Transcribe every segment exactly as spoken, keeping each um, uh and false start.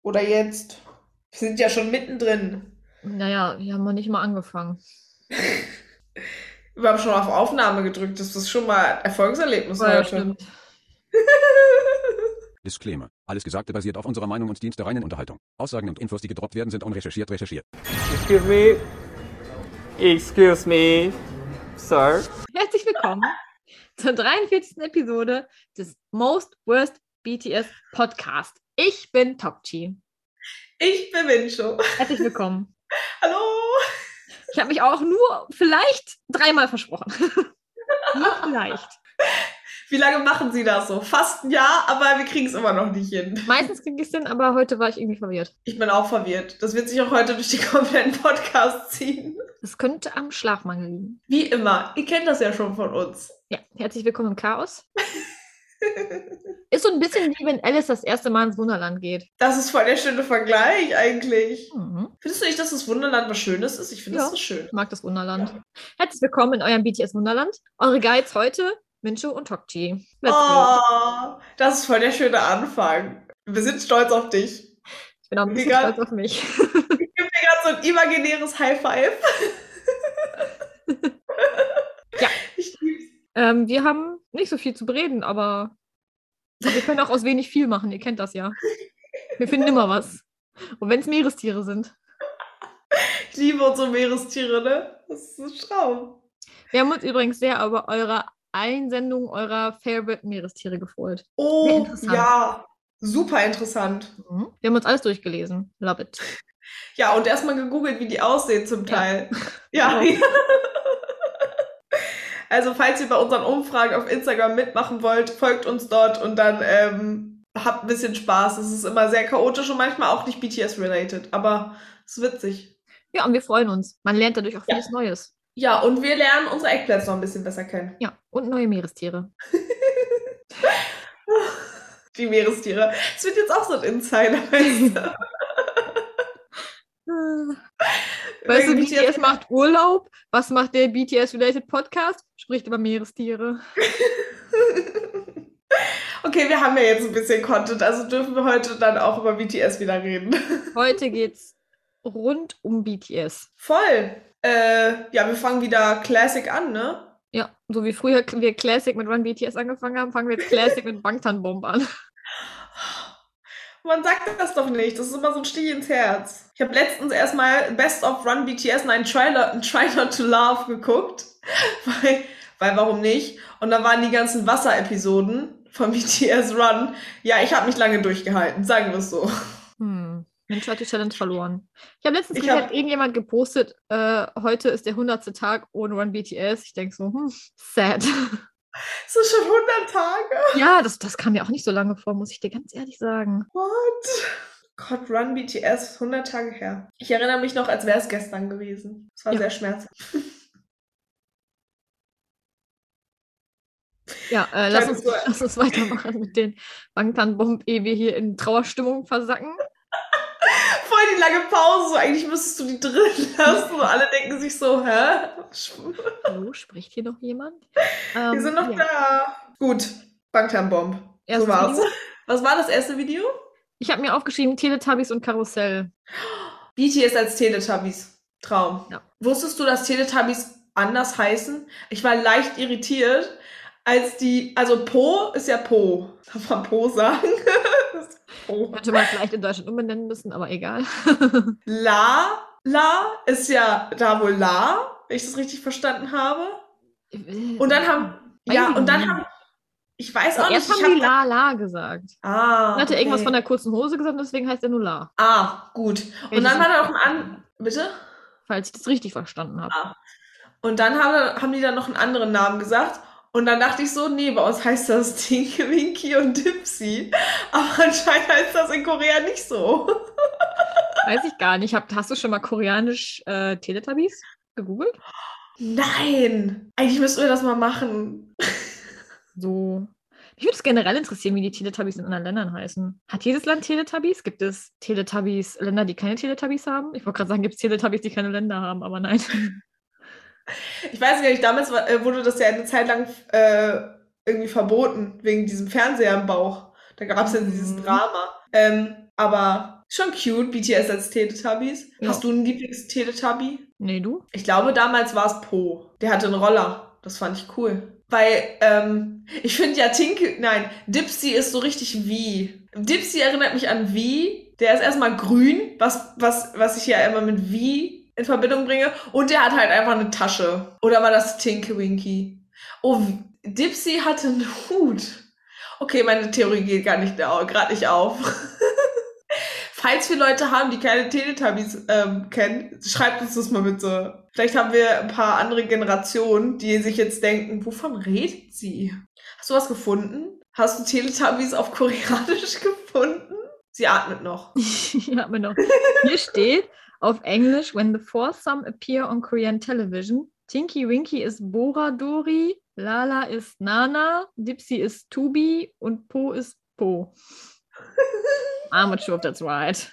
Oder jetzt? Wir sind ja schon mittendrin. Naja, wir haben noch nicht mal angefangen. Wir haben schon auf Aufnahme gedrückt. Das ist schon mal ein Erfolgserlebnis Oh ja, heute. stimmt. Disclaimer. Alles Gesagte basiert auf unserer Meinung und dient der reinen Unterhaltung. Aussagen und Infos, die gedroppt werden, sind unrecherchiert recherchiert. Excuse me. Excuse me, Sir. Herzlich willkommen zur dreiundvierzigsten Episode des Most Worst B T S Podcast. Ich bin Tokchi. Ich bin Mincho. Herzlich willkommen. Hallo. Ich habe mich auch nur vielleicht dreimal versprochen. Nur vielleicht. Wie lange machen Sie das so? Fast ein Jahr, aber wir kriegen es immer noch nicht hin. Meistens kriege ich es hin, aber heute war ich irgendwie verwirrt. Ich bin auch verwirrt. Das wird sich auch heute durch die kompletten Podcasts ziehen. Das könnte am Schlafmangel liegen. Wie immer. Ihr kennt das ja schon von uns. Ja, herzlich willkommen im Chaos. Ist so ein bisschen wie wenn Alice das erste Mal ins Wunderland geht. Das ist voll der schöne Vergleich eigentlich. Mhm. Findest du nicht, dass das Wunderland was Schönes ist? Ich finde Ja. das so schön. Ich mag das Wunderland. Herzlich willkommen in eurem B T S Wunderland. Eure Guides heute, Mincho und Tokchi. Let's go. Oh, das ist voll der schöne Anfang. Wir sind stolz auf dich. Ich bin auch ein bisschen Egal. stolz auf mich. Ich gebe dir gerade so ein imaginäres High Five. Ja. Ich lieb's. ähm, wir haben nicht so viel zu bereden, aber wir können auch aus wenig viel machen. Ihr kennt das ja. Wir finden immer was. Und wenn es Meerestiere sind. Ich liebe unsere Meerestiere, ne? Das ist ein Traum. Wir haben uns übrigens sehr über eure Einsendung eurer Favorite Meerestiere gefreut. Sehr Oh, interessant. ja. Super interessant. Mhm. Wir haben uns alles durchgelesen. Love it. Ja, und erstmal gegoogelt, wie die aussehen zum Ja. Teil. Ja. Ja. Also, falls ihr bei unseren Umfragen auf Instagram mitmachen wollt, folgt uns dort und dann ähm, habt ein bisschen Spaß. Es ist immer sehr chaotisch und manchmal auch nicht B T S-related, aber es ist witzig. Ja, und wir freuen uns. Man lernt dadurch auch Ja. vieles Neues. Ja, und wir lernen unsere Eggplants noch ein bisschen besser kennen. Ja, und neue Meerestiere. Die Meerestiere. Es wird jetzt auch so ein Insider. Weißt du? Weißt du, Wegen B T S macht Urlaub. Was macht der B T S-related Podcast? Spricht über Meerestiere. Okay, wir haben ja jetzt ein bisschen Content, also dürfen wir heute dann auch über B T S wieder reden. Heute geht's rund um B T S. Voll. Äh, ja, wir fangen wieder Classic an, ne? Ja, so wie früher wir Classic mit Run B T S angefangen haben, fangen wir jetzt Classic mit Bangtan Bomb an. Man sagt das doch nicht. Das ist immer so ein Stich ins Herz. Ich habe letztens erstmal Best of Run B T S und einen Trailer, ein Try Not to Love geguckt. Weil, weil warum nicht? Und da waren die ganzen Wasser-Episoden von B T S Run. Ja, ich habe mich lange durchgehalten, sagen wir es so. Hm. Mensch hat die Challenge verloren. Ich habe letztens Ich gesehen, hab- hat irgendjemand gepostet, äh, heute ist der hundertste Tag ohne Run B T S. Ich denke so, hm, sad. Es ist schon hundert Tage. Ja, das, das kam mir auch nicht so lange vor, muss ich dir ganz ehrlich sagen. What? Gott, Run B T S, hundert Tage her. Ich erinnere mich noch, als wäre es gestern gewesen. Es war Ja. sehr schmerzhaft. Ja, äh, lass, uns, Kleines- lass uns weitermachen mit den Bangtan Bomb, ehe wir hier in Trauerstimmung versacken. Voll die lange Pause. So, eigentlich müsstest du die drin lassen. Und alle denken sich so, hä? Hallo, spricht hier noch jemand? Ähm, Wir sind noch ja. da. Gut, Bangtan Bomb. Erstes So war's. Video. Was war das erste Video? Ich habe mir aufgeschrieben, Teletubbies und Karussell. B T S als Teletubbies. Traum. Ja. Wusstest du, dass Teletubbies anders heißen? Ich war leicht irritiert, als die, also Po ist ja Po. Darf man Po sagen? Das ist Po. Könnte man vielleicht in Deutschland umbenennen müssen, aber egal. La, La ist ja da wohl La, wenn ich das richtig verstanden habe. Und dann haben, Weiß ja, ich und dann nicht. haben, ich weiß auch nicht, Erst ich haben die hab- La La gesagt. Ah, Dann hat er irgendwas okay. von der kurzen Hose gesagt, deswegen heißt er nur La. Ah, gut. Und dann war da noch ein an, bitte? Falls ich das richtig verstanden habe. Ah. Und dann haben, haben die dann noch einen anderen Namen gesagt. Und dann dachte ich so, nee, bei uns heißt das Tinky Winky und Dipsy. Aber anscheinend heißt das in Korea nicht so. Weiß ich gar nicht. Hab, hast du schon mal koreanisch äh, Teletubbies gegoogelt? Nein! Eigentlich müssten wir das mal machen. So. Mich würde es generell interessieren, wie die Teletubbies in anderen Ländern heißen. Hat jedes Land Teletubbies? Gibt es Teletubbies, Länder, die keine Teletubbies haben? Ich wollte gerade sagen, gibt es Teletubbies, die keine Länder haben, aber nein. Ich weiß gar nicht, damals war- äh, wurde das ja eine Zeit lang äh, irgendwie verboten, wegen diesem Fernseher im Bauch. Da gab es ja dieses Mhm. Drama. Ähm, aber Schon cute, B T S als Teletubbies. Ja. Hast du einen Lieblings-Teletubby? Nee, du? Ich glaube, damals war es Po. Der hatte einen Roller. Das fand ich cool. Weil, ähm, ich finde ja Tinky, nein, Dipsy ist so richtig wie. Dipsy erinnert mich an wie. Der ist erstmal grün, was, was, was ich ja immer mit wie in Verbindung bringe. Und der hat halt einfach eine Tasche. Oder war das Tinky Winky? Oh, Dipsy hatte einen Hut. Okay, meine Theorie geht gar nicht, gerade nicht auf. Falls wir Leute haben, die keine Teletubbies ähm, kennen, schreibt uns das mal bitte. Vielleicht haben wir ein paar andere Generationen, die sich jetzt denken, wovon redet sie? Hast du was gefunden? Hast du Teletubbies auf Koreanisch gefunden? Sie atmet noch. Ich hab mir noch. Hier steht auf Englisch, when the foursome appear on Korean television, Tinky Winky ist Bora Dori, Lala ist Nana, Dipsy ist Tubi und Po ist Po. I'm not sure if that's right.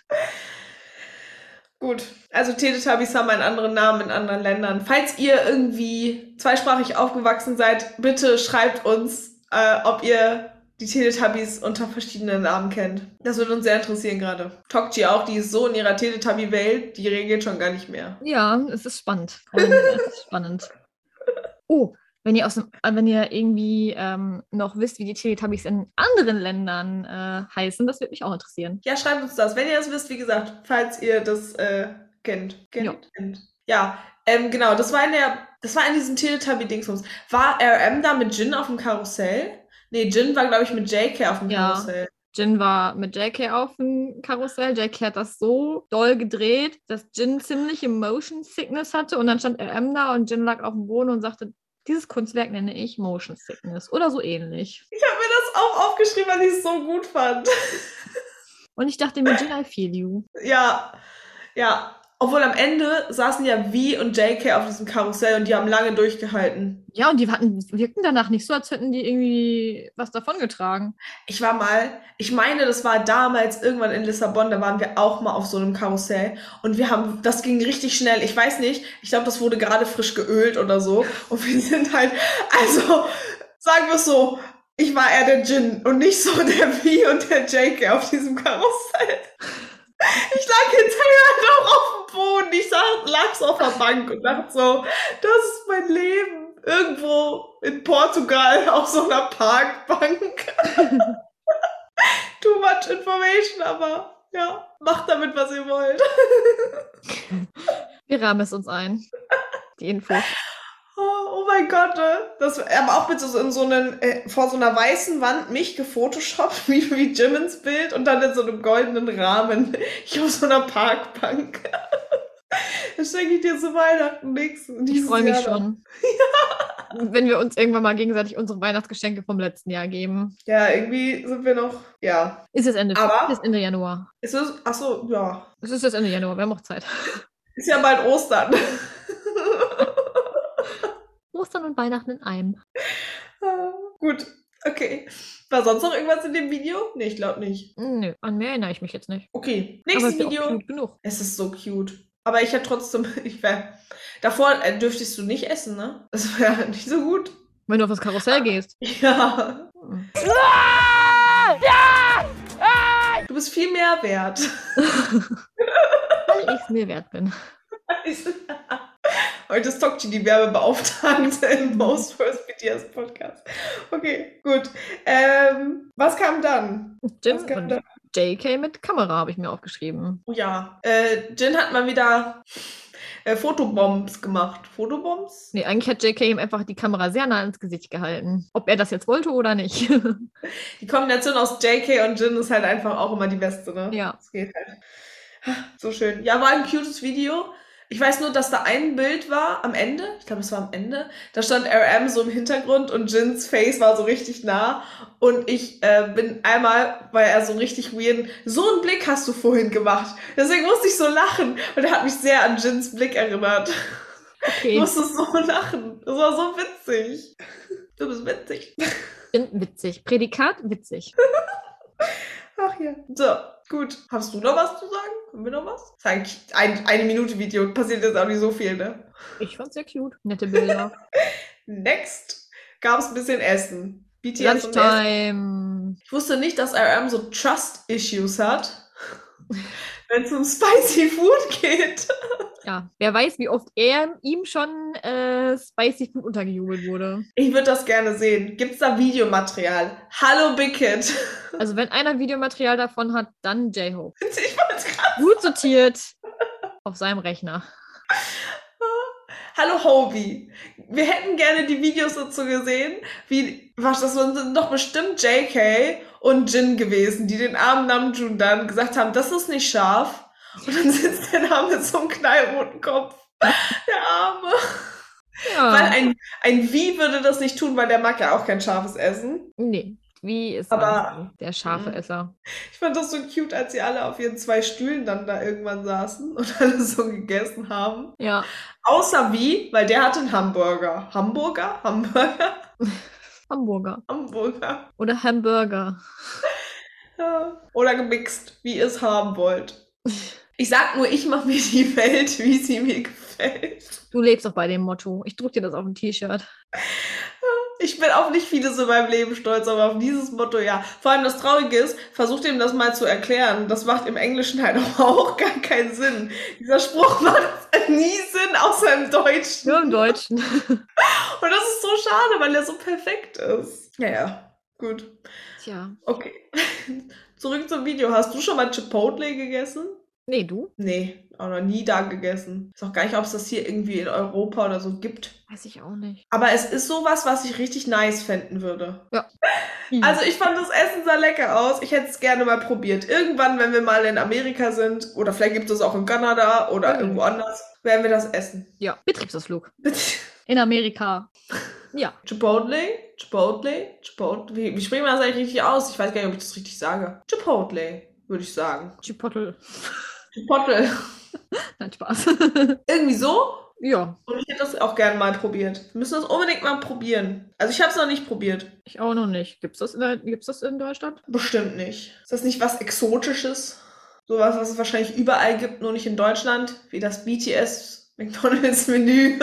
Gut, also Teletubbies haben einen anderen Namen in anderen Ländern. Falls ihr irgendwie zweisprachig aufgewachsen seid, bitte schreibt uns, äh, ob ihr die Teletubbies unter verschiedenen Namen kennt. Das würde uns sehr interessieren gerade. Tokchi auch, die ist so in ihrer Teletubby-Welt, die reagiert schon gar nicht mehr. Ja, es ist spannend. Freunde, es ist spannend. Oh, wenn ihr, aus dem, wenn ihr irgendwie ähm, noch wisst, wie die Teletubbies in anderen Ländern äh, heißen, das würde mich auch interessieren. Ja, schreibt uns das, wenn ihr das wisst, wie gesagt, falls ihr das äh, kennt. Kennt? Ja. Kennt. Ja, ähm, genau, das war in der, das war in diesem Teletubby-Dingsbums. War R M da mit Jin auf dem Karussell? Nee, Jin war, glaube ich, mit J K auf dem Ja. Karussell. Jin war mit J K auf dem Karussell. J K hat das so doll gedreht, dass Jin ziemliche Motion Sickness hatte und dann stand R M da und Jin lag auf dem Boden und sagte, dieses Kunstwerk nenne ich Motion Sickness oder so ähnlich. Ich habe mir das auch aufgeschrieben, weil ich es so gut fand. Und ich dachte mir, Jin, I feel you. Ja, ja. Obwohl am Ende saßen ja V und J K auf diesem Karussell und die haben lange durchgehalten. Ja, und die hatten, wirkten danach nicht so, als hätten die irgendwie was davongetragen. Ich war mal, ich meine, das war damals irgendwann in Lissabon, da waren wir auch mal auf so einem Karussell und wir haben, das ging richtig schnell. Ich weiß nicht, ich glaube, das wurde gerade frisch geölt oder so und wir sind halt, also, sagen wir es so, ich war eher der Jin und nicht so der V und der J K auf diesem Karussell. Ich lag hinterher halt auch auf dem Boden. Ich sag, lag so auf der Bank und dachte so, das ist mein Leben. Irgendwo in Portugal auf so einer Parkbank. Too much information, aber ja, macht damit, was ihr wollt. Wir rahmen es uns ein. Die Infos. Oh, oh mein Gott, ne? Das, aber auch mit so in so einen, äh, vor so einer weißen Wand mich gefotoshoppt, wie, wie Jim ins Bild und dann in so einem goldenen Rahmen. Ich auf so einer Parkbank. Das schenke ich dir zu Weihnachten nix. Ich freue mich Jahr schon. Ja. Wenn wir uns irgendwann mal gegenseitig unsere Weihnachtsgeschenke vom letzten Jahr geben. Ja, irgendwie sind wir noch, ja. Ist es Ende, Aber- ist Ende Januar. Ist es, ach so, ja. Es ist jetzt Ende Januar, wir haben auch Zeit. Ist ja bald Ostern. Ostern und Weihnachten in einem. Ah, Gut, okay. War sonst noch irgendwas in dem Video? Nee, ich glaube nicht. Nö, an mehr erinnere ich mich jetzt nicht. Okay, Aber nächstes es ist ja auch Video. cute genug. Es ist so cute. Aber ich hätte trotzdem, ich wäre, davor äh, dürftest du nicht essen, ne? Das wäre nicht so gut. Wenn du auf das Karussell gehst. Ja. Hm. Du bist viel mehr wert. Weil ich es mir wert bin. Heute ist Tokchi die Werbebeauftragte im Most First B T S Podcast. Okay, gut. Ähm, was kam dann? Jin Was kam und dann? J K mit Kamera habe ich mir aufgeschrieben. Oh ja. Äh, Jin hat mal wieder äh, Fotobombs gemacht. Fotobombs? Nee, eigentlich hat J K ihm einfach die Kamera sehr nah ins Gesicht gehalten. Ob er das jetzt wollte oder nicht. Die Kombination aus J K und Jin ist halt einfach auch immer die beste, ne? Ja. Das geht halt. So schön. Ja, war ein cutes Video. Ich weiß nur, dass da ein Bild war am Ende. Ich glaube, es war am Ende. Da stand R M so im Hintergrund und Jins Face war so richtig nah. Und ich äh, bin einmal, weil er so richtig weird, so einen Blick hast du vorhin gemacht. Deswegen musste ich so lachen. Und er hat mich sehr an Jins Blick erinnert. Ich Okay, musste so lachen. Das war so witzig. Du bist witzig. Jin, witzig. Prädikat, witzig. Ach ja. So, gut. Hast du noch was zu sagen? Haben wir noch was? Das ist eigentlich ein, eine Minute Video. Passiert jetzt auch nicht so viel, ne? Ich fand's sehr cute. Nette Bilder. Next gab es ein bisschen Essen. B T S und Essen. Lunchtime. Ich wusste nicht, dass R M so Trust-Issues hat. wenn es um Spicy Food geht. Ja, wer weiß, wie oft er ihm schon äh, Spicy Food untergejubelt wurde. Ich würde das gerne sehen. Gibt's da Videomaterial? Hallo Big Kid. Also wenn einer Videomaterial davon hat, dann J-Hope. Ich wollte gerade Gut sortiert auf seinem Rechner. Hallo Hobie. Wir hätten gerne die Videos dazu gesehen, wie, was, das sind doch bestimmt J K und Jin gewesen, die den armen Namjoon dann gesagt haben, das ist nicht scharf. Und dann sitzt der da mit so einem knallroten Kopf. Der Arme. Ja. Weil ein, ein Wie würde das nicht tun, weil der mag ja auch kein scharfes Essen. Nee, wie ist Aber- man der scharfe Mhm. Esser? Ich fand das so cute, als sie alle auf ihren zwei Stühlen dann da irgendwann saßen und alle so gegessen haben. Ja. Außer Wie, weil der hatte einen Hamburger. Hamburger? Hamburger? Hamburger. Hamburger. Oder Hamburger. Ja. Oder gemixt, wie ihr es haben wollt. Ich sag nur, ich mache mir die Welt, wie sie mir gefällt. Du lebst doch bei dem Motto. Ich druck dir das auf ein T-Shirt. Ich bin auf nicht vieles in meinem Leben stolz, aber auf dieses Motto ja. Vor allem das Traurige ist, versucht ihm das mal zu erklären. Das macht im Englischen halt auch gar keinen Sinn. Dieser Spruch macht nie Sinn, außer im Deutschen. Nur im Deutschen. Und das ist so schade, weil er so perfekt ist. Ja, ja, gut. Tja. Okay. Zurück zum Video. Hast du schon mal Chipotle gegessen? Nee, du? Nee, auch noch nie da gegessen. Ich weiß auch gar nicht, ob es das hier irgendwie in Europa oder so gibt. Weiß ich auch nicht. Aber es ist sowas, was ich richtig nice fänden würde. Mhm. Also ich fand das Essen sah lecker aus. Ich hätte es gerne mal probiert. Irgendwann, wenn wir mal in Amerika sind, oder vielleicht gibt es auch in Kanada oder Mhm. irgendwo anders, werden wir das essen. Ja, Betriebsausflug. In Amerika. Ja. Chipotle? Chipotle? Chipotle? Wie, wie spricht man das eigentlich richtig aus? Ich weiß gar nicht, ob ich das richtig sage. Chipotle, würde ich sagen. Chipotle. Chipotle. Nein, Spaß. Irgendwie so? Ja, Und ich hätte das auch gerne mal probiert. Wir müssen das unbedingt mal probieren. Also ich habe es noch nicht probiert. ich auch noch nicht. Gibt's das in, der, gibt's das in Deutschland? Bestimmt nicht. Ist das nicht was Exotisches? Sowas, was es wahrscheinlich überall gibt, nur nicht in Deutschland? Wie das B T S McDonalds-Menü.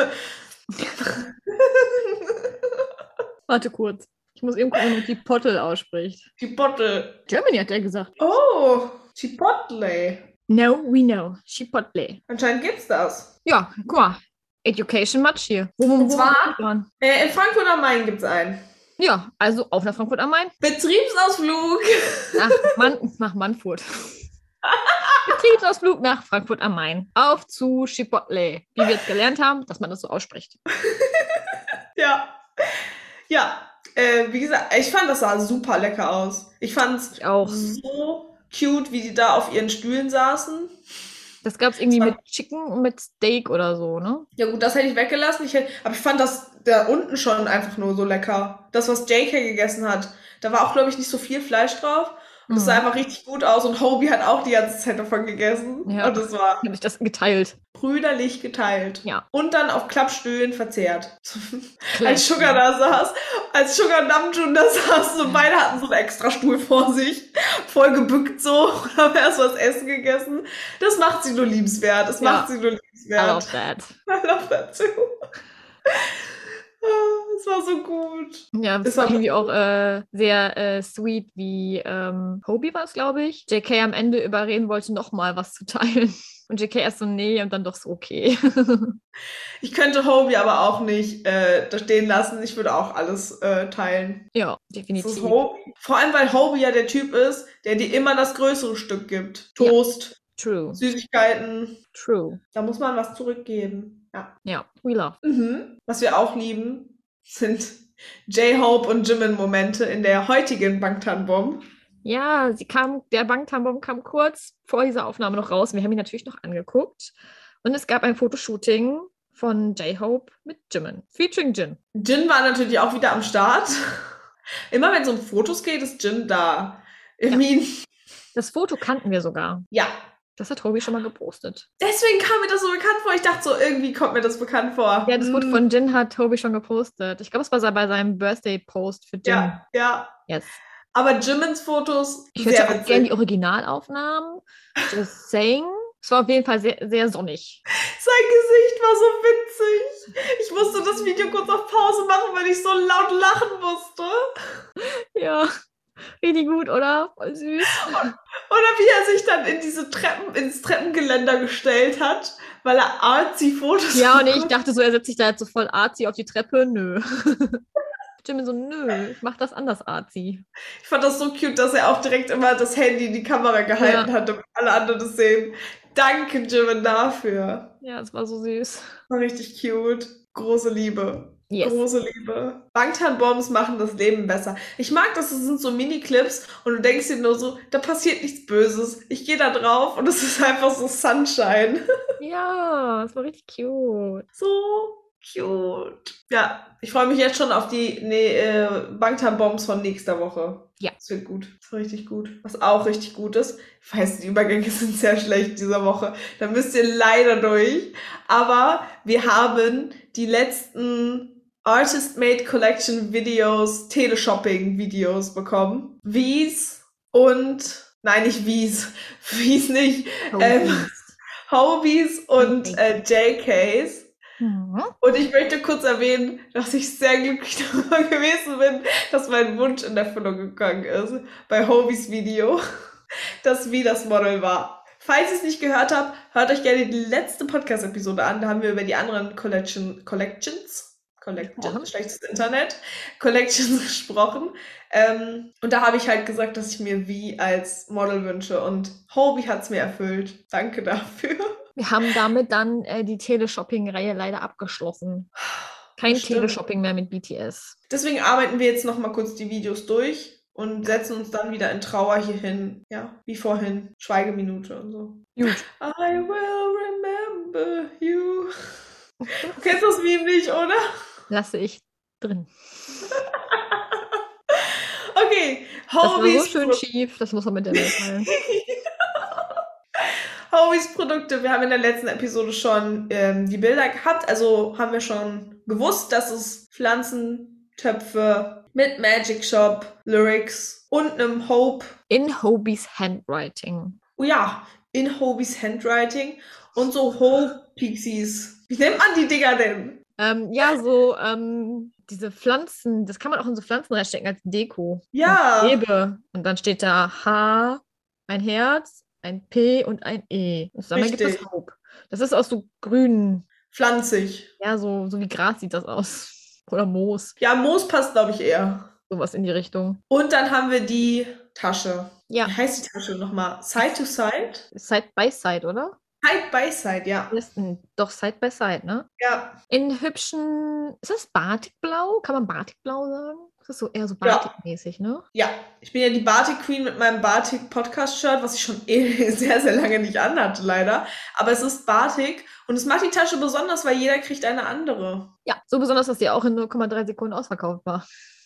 Warte kurz. Ich muss eben gucken, wie Chipotle ausspricht. Chipotle. Germany hat er gesagt. Oh, Chipotle. No, we know. Chipotle. Anscheinend gibt's das. Ja, guck mal. Education Match hier. Wo, wo, Und wo zwar- wo waren? Äh, in Frankfurt am Main gibt's einen. Ja, also auf nach Frankfurt am Main. Betriebsausflug. Nach, Mann, nach Mannfurt. Betriebsausflug nach Frankfurt am Main. Auf zu Chipotle. Wie wir jetzt gelernt haben, dass man das so ausspricht. Ja. Ja. Äh, wie gesagt, ich fand, das sah super lecker aus. Ich fand's Ich auch. so cute, wie die da auf ihren Stühlen saßen. Das gab es irgendwie Das war- mit Chicken und mit Steak oder so, ne? Ja gut, das hätte ich weggelassen. Ich hätte, aber ich fand das da unten schon einfach nur so lecker. Das, was J K gegessen hat. Da war auch, glaube ich, nicht so viel Fleisch drauf. Und es Mhm. sah einfach richtig gut aus. Und Hobie hat auch die ganze Zeit davon gegessen. Ja. Und es war Habe ich das geteilt. brüderlich geteilt. Ja. Und dann auf Klappstühlen verzehrt. Als Sugar da saß, als Sugar Namjoon da saß, und beide hatten so einen extra Stuhl vor sich, voll gebückt so, und haben erst was Essen gegessen. Das macht sie nur liebenswert. Das Ja. macht sie nur I liebenswert. love that. I love that too. Es war so gut. Ja, das Es war war irgendwie auch äh, sehr äh, sweet, wie ähm, Hobie war es, glaube ich. J K am Ende überreden wollte, nochmal was zu teilen. Und J K erst so, nee, und dann doch so, okay. Ich könnte Hobie aber auch nicht äh, da stehen lassen. Ich würde auch alles äh, teilen. Ja, Das ist definitiv. Hobie. Vor allem, weil Hobie ja der Typ ist, der dir immer das größere Stück gibt. Ja. Toast, True, Süßigkeiten. true. Da muss man was zurückgeben. Ja. Ja, we love. Mhm. Was wir auch lieben, sind J-Hope und Jimin-Momente in der heutigen Bangtan-Bomb. Ja, sie kam, der Bangtan-Bomb kam kurz vor dieser Aufnahme noch raus. Wir haben ihn natürlich noch angeguckt. Und es gab ein Fotoshooting von J-Hope mit Jimin, featuring Jin. Jin war natürlich auch wieder am Start. Immer wenn es um Fotos geht, ist Jin da. I Ja. mean, Das Foto kannten wir sogar. ja. Das hat Tobi schon mal gepostet. Deswegen kam mir das so bekannt vor. Ich dachte so, irgendwie kommt mir das bekannt vor. Ja, das Foto Hm, von Jin hat Tobi schon gepostet. Ich glaube, es war bei seinem Birthday-Post für Jin. Ja, ja. Yes. Aber Jimins Fotos, Ich hätte sehr auch witzig. gerne die Originalaufnahmen. Just saying. Es war auf jeden Fall sehr, sehr sonnig. Sein Gesicht war so witzig. Ich musste das Video kurz auf Pause machen, weil ich so laut lachen musste. Ja. Richtig gut, oder? Voll süß. Oder wie er sich dann in diese Treppen, ins Treppengeländer gestellt hat, weil er artsy-Fotos Ja, und ich geguckt- dachte so, er setzt sich da jetzt so voll arzi auf die Treppe. Nö. Jimmy so, nö, ich mach das anders arzi. Ich fand das so cute, dass er auch direkt immer das Handy in die Kamera gehalten Ja. hat, damit alle anderen das sehen. Danke, Jimin, dafür. Ja, es war so süß. War richtig cute. Große Liebe. Yes. Große Liebe. Bangtan-Bombs machen das Leben besser. Ich mag das, das sind so Mini-Clips und du denkst dir nur so, da passiert nichts Böses. Ich gehe da drauf und es ist einfach so Sunshine. Ja, es war richtig cute. So cute. Ja, ich freue mich jetzt schon auf die nee, äh, Bangtan-Bombs von nächster Woche. Ja. Das wird gut. Das wird richtig gut. Was auch richtig gut ist, ich weiß, die Übergänge sind sehr schlecht dieser Woche. Da müsst ihr leider durch. Aber wir haben die letzten Artist-Made Collection Videos, Teleshopping-Videos bekommen. Wies und, nein, nicht Wies. Wies nicht. Ähm, Hobies und äh, J Ks. Mhm. Und ich möchte kurz erwähnen, dass ich sehr glücklich darüber gewesen bin, dass mein Wunsch in Erfüllung gegangen ist bei Hobies Video, dass wie das Model war. Falls ihr es nicht gehört habt, hört euch gerne die letzte Podcast-Episode an. Da haben wir über die anderen Collection, Collections, Collections, Ja. schlechtes Internet, Collections gesprochen. Ähm, und da habe ich halt gesagt, dass ich mir wie als Model wünsche. Und Hobie hat es mir erfüllt. Danke dafür. Wir haben damit dann äh, die Teleshopping-Reihe leider abgeschlossen. Kein Das stimmt. Teleshopping mehr mit B T S. Deswegen arbeiten wir jetzt noch mal kurz die Videos durch und setzen uns dann wieder in Trauer hier hin. Ja, wie vorhin. Schweigeminute und so. Gut. I will remember you. Du kennst das Meme nicht, oder? Lasse ich drin. Okay, Das war so Hobies, schön schief, das muss man mit der Welt teilen. Hobies Produkte. Wir haben in der letzten Episode schon ähm, die Bilder gehabt. Also haben wir schon gewusst, dass es Pflanzentöpfe mit Magic Shop, Lyrics und einem Hope. In Hobies Handwriting. Oh ja, in Hobies Handwriting und so Hope Pixies. Wie nennt man die Dinger denn? Ähm, ja, so ähm, diese Pflanzen, das kann man auch in so Pflanzen reinstecken als Deko. Ja. Und Stäbe. Und dann steht da H, ein Herz, ein P und ein E. Und dann gibt es Richtig. Hope. Das ist aus so grün, Pflanzig. ja, so, so wie Gras sieht das aus. Oder Moos, Ja, Moos passt, glaube ich, eher. sowas in die Richtung. Und dann haben wir die Tasche. Ja, Wie heißt die Tasche nochmal? Side to Side? Side by Side, oder? Side by Side, ja. Das ist ein- Doch, Side by Side, ne? Ja. In hübschen, ist das Batikblau? Kann man Batikblau sagen? Das ist so eher so Ja. Batik-mäßig, ne? Ja. Ich bin ja die Batik Queen mit meinem Batik Podcast-Shirt, was ich schon eh sehr, sehr lange nicht anhatte, leider. Aber es ist Batik und es macht die Tasche besonders, weil jeder kriegt eine andere. Ja, so besonders, dass die auch in null Komma drei Sekunden ausverkauft war.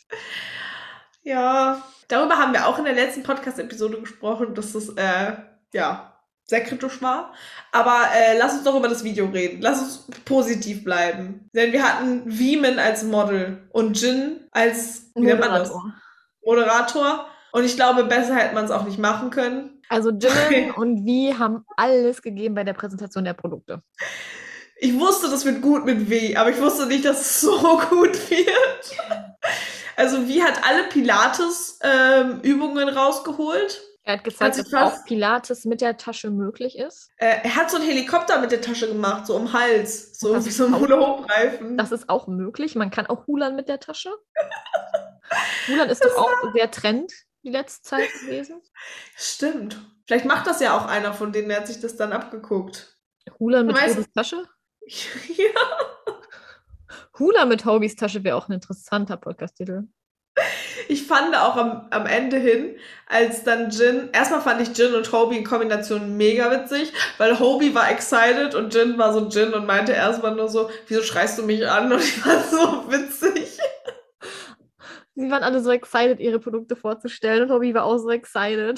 Ja, darüber haben wir auch in der letzten Podcast-Episode gesprochen, dass es, äh, ja, sehr kritisch war. Aber äh, lass uns doch über das Video reden. Lass uns positiv bleiben. Denn wir hatten Veeman als Model und Jin als, wie nennt man das? Moderator. Moderator. Und ich glaube, besser hätte man es auch nicht machen können. Also Jimin und Vi haben alles gegeben bei der Präsentation der Produkte. Ich wusste, das wird gut mit W, aber ich wusste nicht, dass es so gut wird. Also Vi hat alle Pilates-Übungen rausgeholt. Er hat gezeigt, Hat sich dass was- auch Pilates mit der Tasche möglich ist. Äh, er hat so einen Helikopter mit der Tasche gemacht, so um Hals. So Das wie ist so ein auch- Hula-Hoop-Reifen. Das ist auch möglich. Man kann auch Hulan mit der Tasche. Hulan ist doch auch sehr Trend die letzte Zeit gewesen. Stimmt. Vielleicht macht das ja auch einer von denen, der hat sich das dann abgeguckt. Hulan mit Weißt- Hobys Tasche? Ja. Hula mit Hobys Tasche wäre auch ein interessanter Podcast-Titel. Ich fand auch am, am Ende hin, als dann Jin, erstmal fand ich Jin und Hobie in Kombination mega witzig, weil Hobie war excited und Jin war so Jin und meinte erstmal nur so, wieso schreist du mich an? Und ich fand so witzig. Sie waren alle so excited, ihre Produkte vorzustellen und Hobby war auch so excited.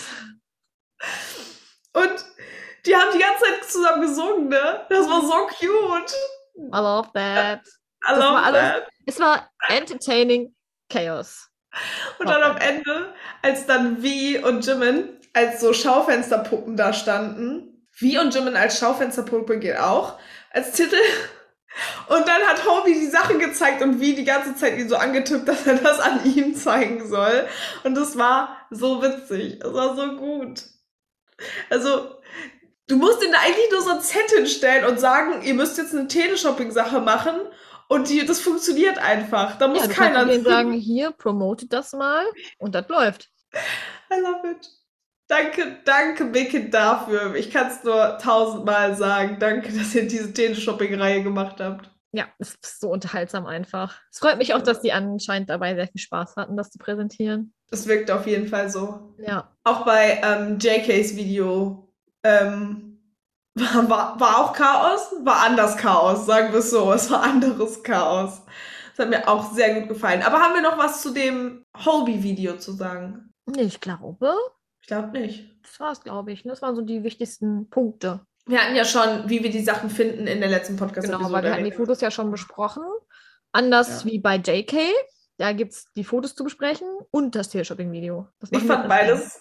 Und die haben die ganze Zeit zusammen gesungen, ne? Das war so cute. I love that. I Das love war alles- that. Es war entertaining Chaos. Und dann am Ende, als dann Vi und Jimin als so Schaufensterpuppen da standen, Vi und Jimin als Schaufensterpuppe geht auch, als Titel, Und dann hat Hobie die Sachen gezeigt und wie die ganze Zeit ihn so angetippt, dass er das an ihm zeigen soll. Und das war so witzig. Das war so gut. Also, du musst ihm da eigentlich nur so ein Set hinstellen und sagen, ihr müsst jetzt eine Teleshopping-Sache machen. Und die, das funktioniert einfach. Da muss Ja, du keiner kannst denen sagen, hier, promotet das mal und das läuft. I love it. Danke, danke, Wicked, dafür. Ich kann es nur tausendmal sagen. Danke, dass ihr diese Teleshopping-Reihe gemacht habt. Ja, es ist so unterhaltsam einfach. Es freut mich auch, dass die anscheinend dabei sehr viel Spaß hatten, das zu präsentieren. Es wirkt auf jeden Fall so. Ja. Auch bei ähm, J Ks Video ähm, war, war, war auch Chaos, war anders Chaos, sagen wir es so. Es war anderes Chaos. Das hat mir auch sehr gut gefallen. Aber haben wir noch was zu dem Hobie-Video zu sagen? Nee, ich glaube, Ich glaube nicht. das war es, glaube ich. Das waren so die wichtigsten Punkte. Wir hatten ja schon, wie wir die Sachen finden in der letzten Podcast-Episode. Genau, weil wir hatten die Fotos ja schon besprochen. Anders Ja. wie bei J K. Da gibt es die Fotos zu besprechen und das Teleshopping-Video. Das Ich machen wir fand jetzt beides.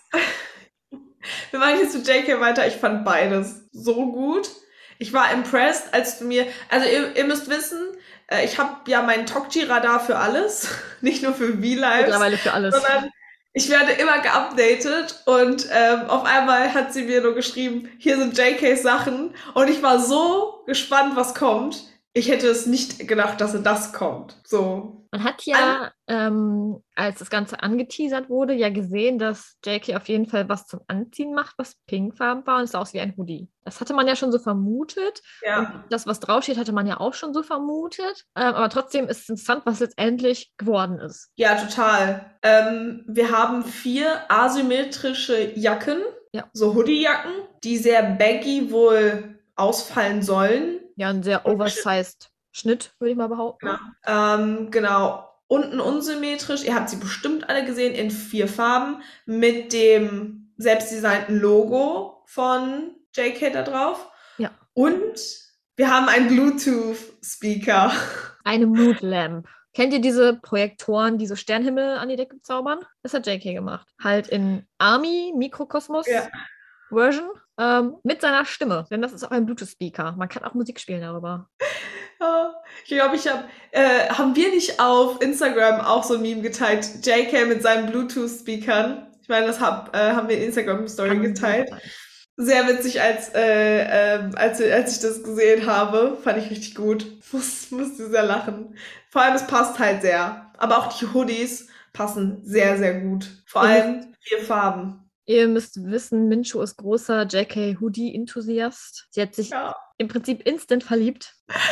Wir machen jetzt mit J K weiter. Ich fand beides so gut. Ich war impressed, als du mir. Also, ihr, ihr müsst wissen, äh, ich habe ja mein Tokji-Radar für alles. Nicht nur für V-Lives. mittlerweile für alles. Sondern ich werde immer geupdatet und ähm, auf einmal hat sie mir nur geschrieben, hier sind J Ks Sachen und ich war so gespannt, was kommt. Ich hätte es nicht gedacht, dass das kommt. So. Man hat ja, ähm, als das Ganze angeteasert wurde, ja gesehen, dass J K auf jeden Fall was zum Anziehen macht, was pinkfarben war und es sah aus wie ein Hoodie. Das hatte man ja schon so vermutet. Ja. Und das, was draufsteht, hatte man ja auch schon so vermutet. Ähm, aber trotzdem ist es interessant, was letztendlich geworden ist. Ja, total. Ähm, wir haben vier asymmetrische Jacken, Ja. so Hoodie-Jacken, die sehr baggy wohl ausfallen sollen. Ja, ein sehr oversized Schnitt, würde ich mal behaupten. Ja. Ähm, genau. Unten unsymmetrisch. Ihr habt sie bestimmt alle gesehen in vier Farben mit dem selbstdesignten Logo von J K da drauf. Ja. Und wir haben einen Bluetooth-Speaker. Eine Mood Lamp. Kennt ihr diese Projektoren, die so Sternhimmel an die Decke zaubern? Das hat J K gemacht. Halt in Army Mikrokosmos Ja. Version ähm, mit seiner Stimme. Denn das ist auch ein Bluetooth-Speaker. Man kann auch Musik spielen darüber. Ja, ich glaube, ich habe, äh, haben wir nicht auf Instagram auch so ein Meme geteilt? J K mit seinen Bluetooth-Speakern. Ich meine, das hab, äh, haben wir in Instagram-Story Kann geteilt. sein. Sehr witzig, als, äh, ähm, als, als ich das gesehen habe. Fand ich richtig gut. Muss, musste sehr lachen. Vor allem, es passt halt sehr. Aber auch die Hoodies passen sehr, sehr gut. Vor Mhm. allem vier Farben. Ihr müsst wissen, Mincho ist großer J K-Hoodie-Enthusiast. Sie hat sich Ja, im Prinzip instant verliebt.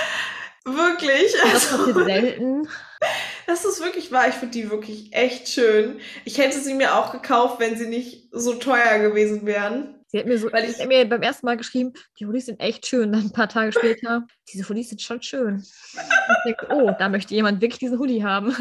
wirklich. Und das Also, passiert selten. das ist wirklich wahr. Ich finde die wirklich echt schön. Ich hätte sie mir auch gekauft, wenn sie nicht so teuer gewesen wären. Sie hat mir, so, Weil sie ich- hat mir beim ersten Mal geschrieben, die Hoodies sind echt schön. Dann ein paar Tage später, diese Hoodies sind schon schön. Ich denke, oh, da möchte jemand wirklich diesen Hoodie haben.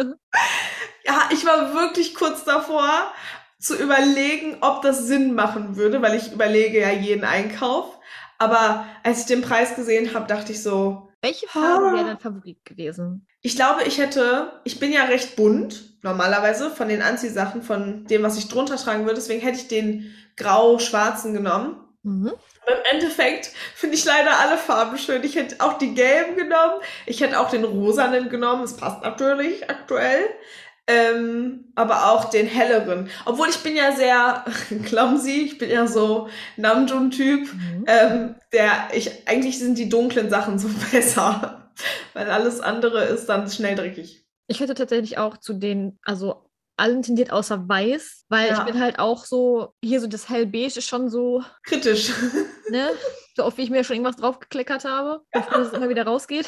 Ja, ich war wirklich kurz davor, zu überlegen, ob das Sinn machen würde, weil ich überlege ja jeden Einkauf. Aber als ich den Preis gesehen habe, dachte ich so, Welche Farbe Ah. wäre dein Favorit gewesen? ich glaube, ich hätte, ich bin ja recht bunt, normalerweise, von den Anziehsachen, von dem, was ich drunter tragen würde. Deswegen hätte ich den grau-schwarzen genommen. Mhm. Aber im Endeffekt finde ich leider alle Farben schön. Ich hätte auch die gelben genommen. Ich hätte auch den rosanen genommen. Es passt natürlich aktuell. Ähm, aber auch den helleren. Obwohl ich bin ja sehr clumsy. Ich bin ja so Namjoon-Typ. Mhm. Ähm, der, ich, eigentlich sind die dunklen Sachen so besser. Weil alles andere ist dann schnell dreckig. Ich hätte tatsächlich auch zu den, also allen tendiert außer weiß, weil Ja. ich bin halt auch so, hier so das hellbeige ist schon so, Kritisch. ne, so oft wie ich mir schon irgendwas draufgekleckert habe, bevor es immer wieder rausgeht.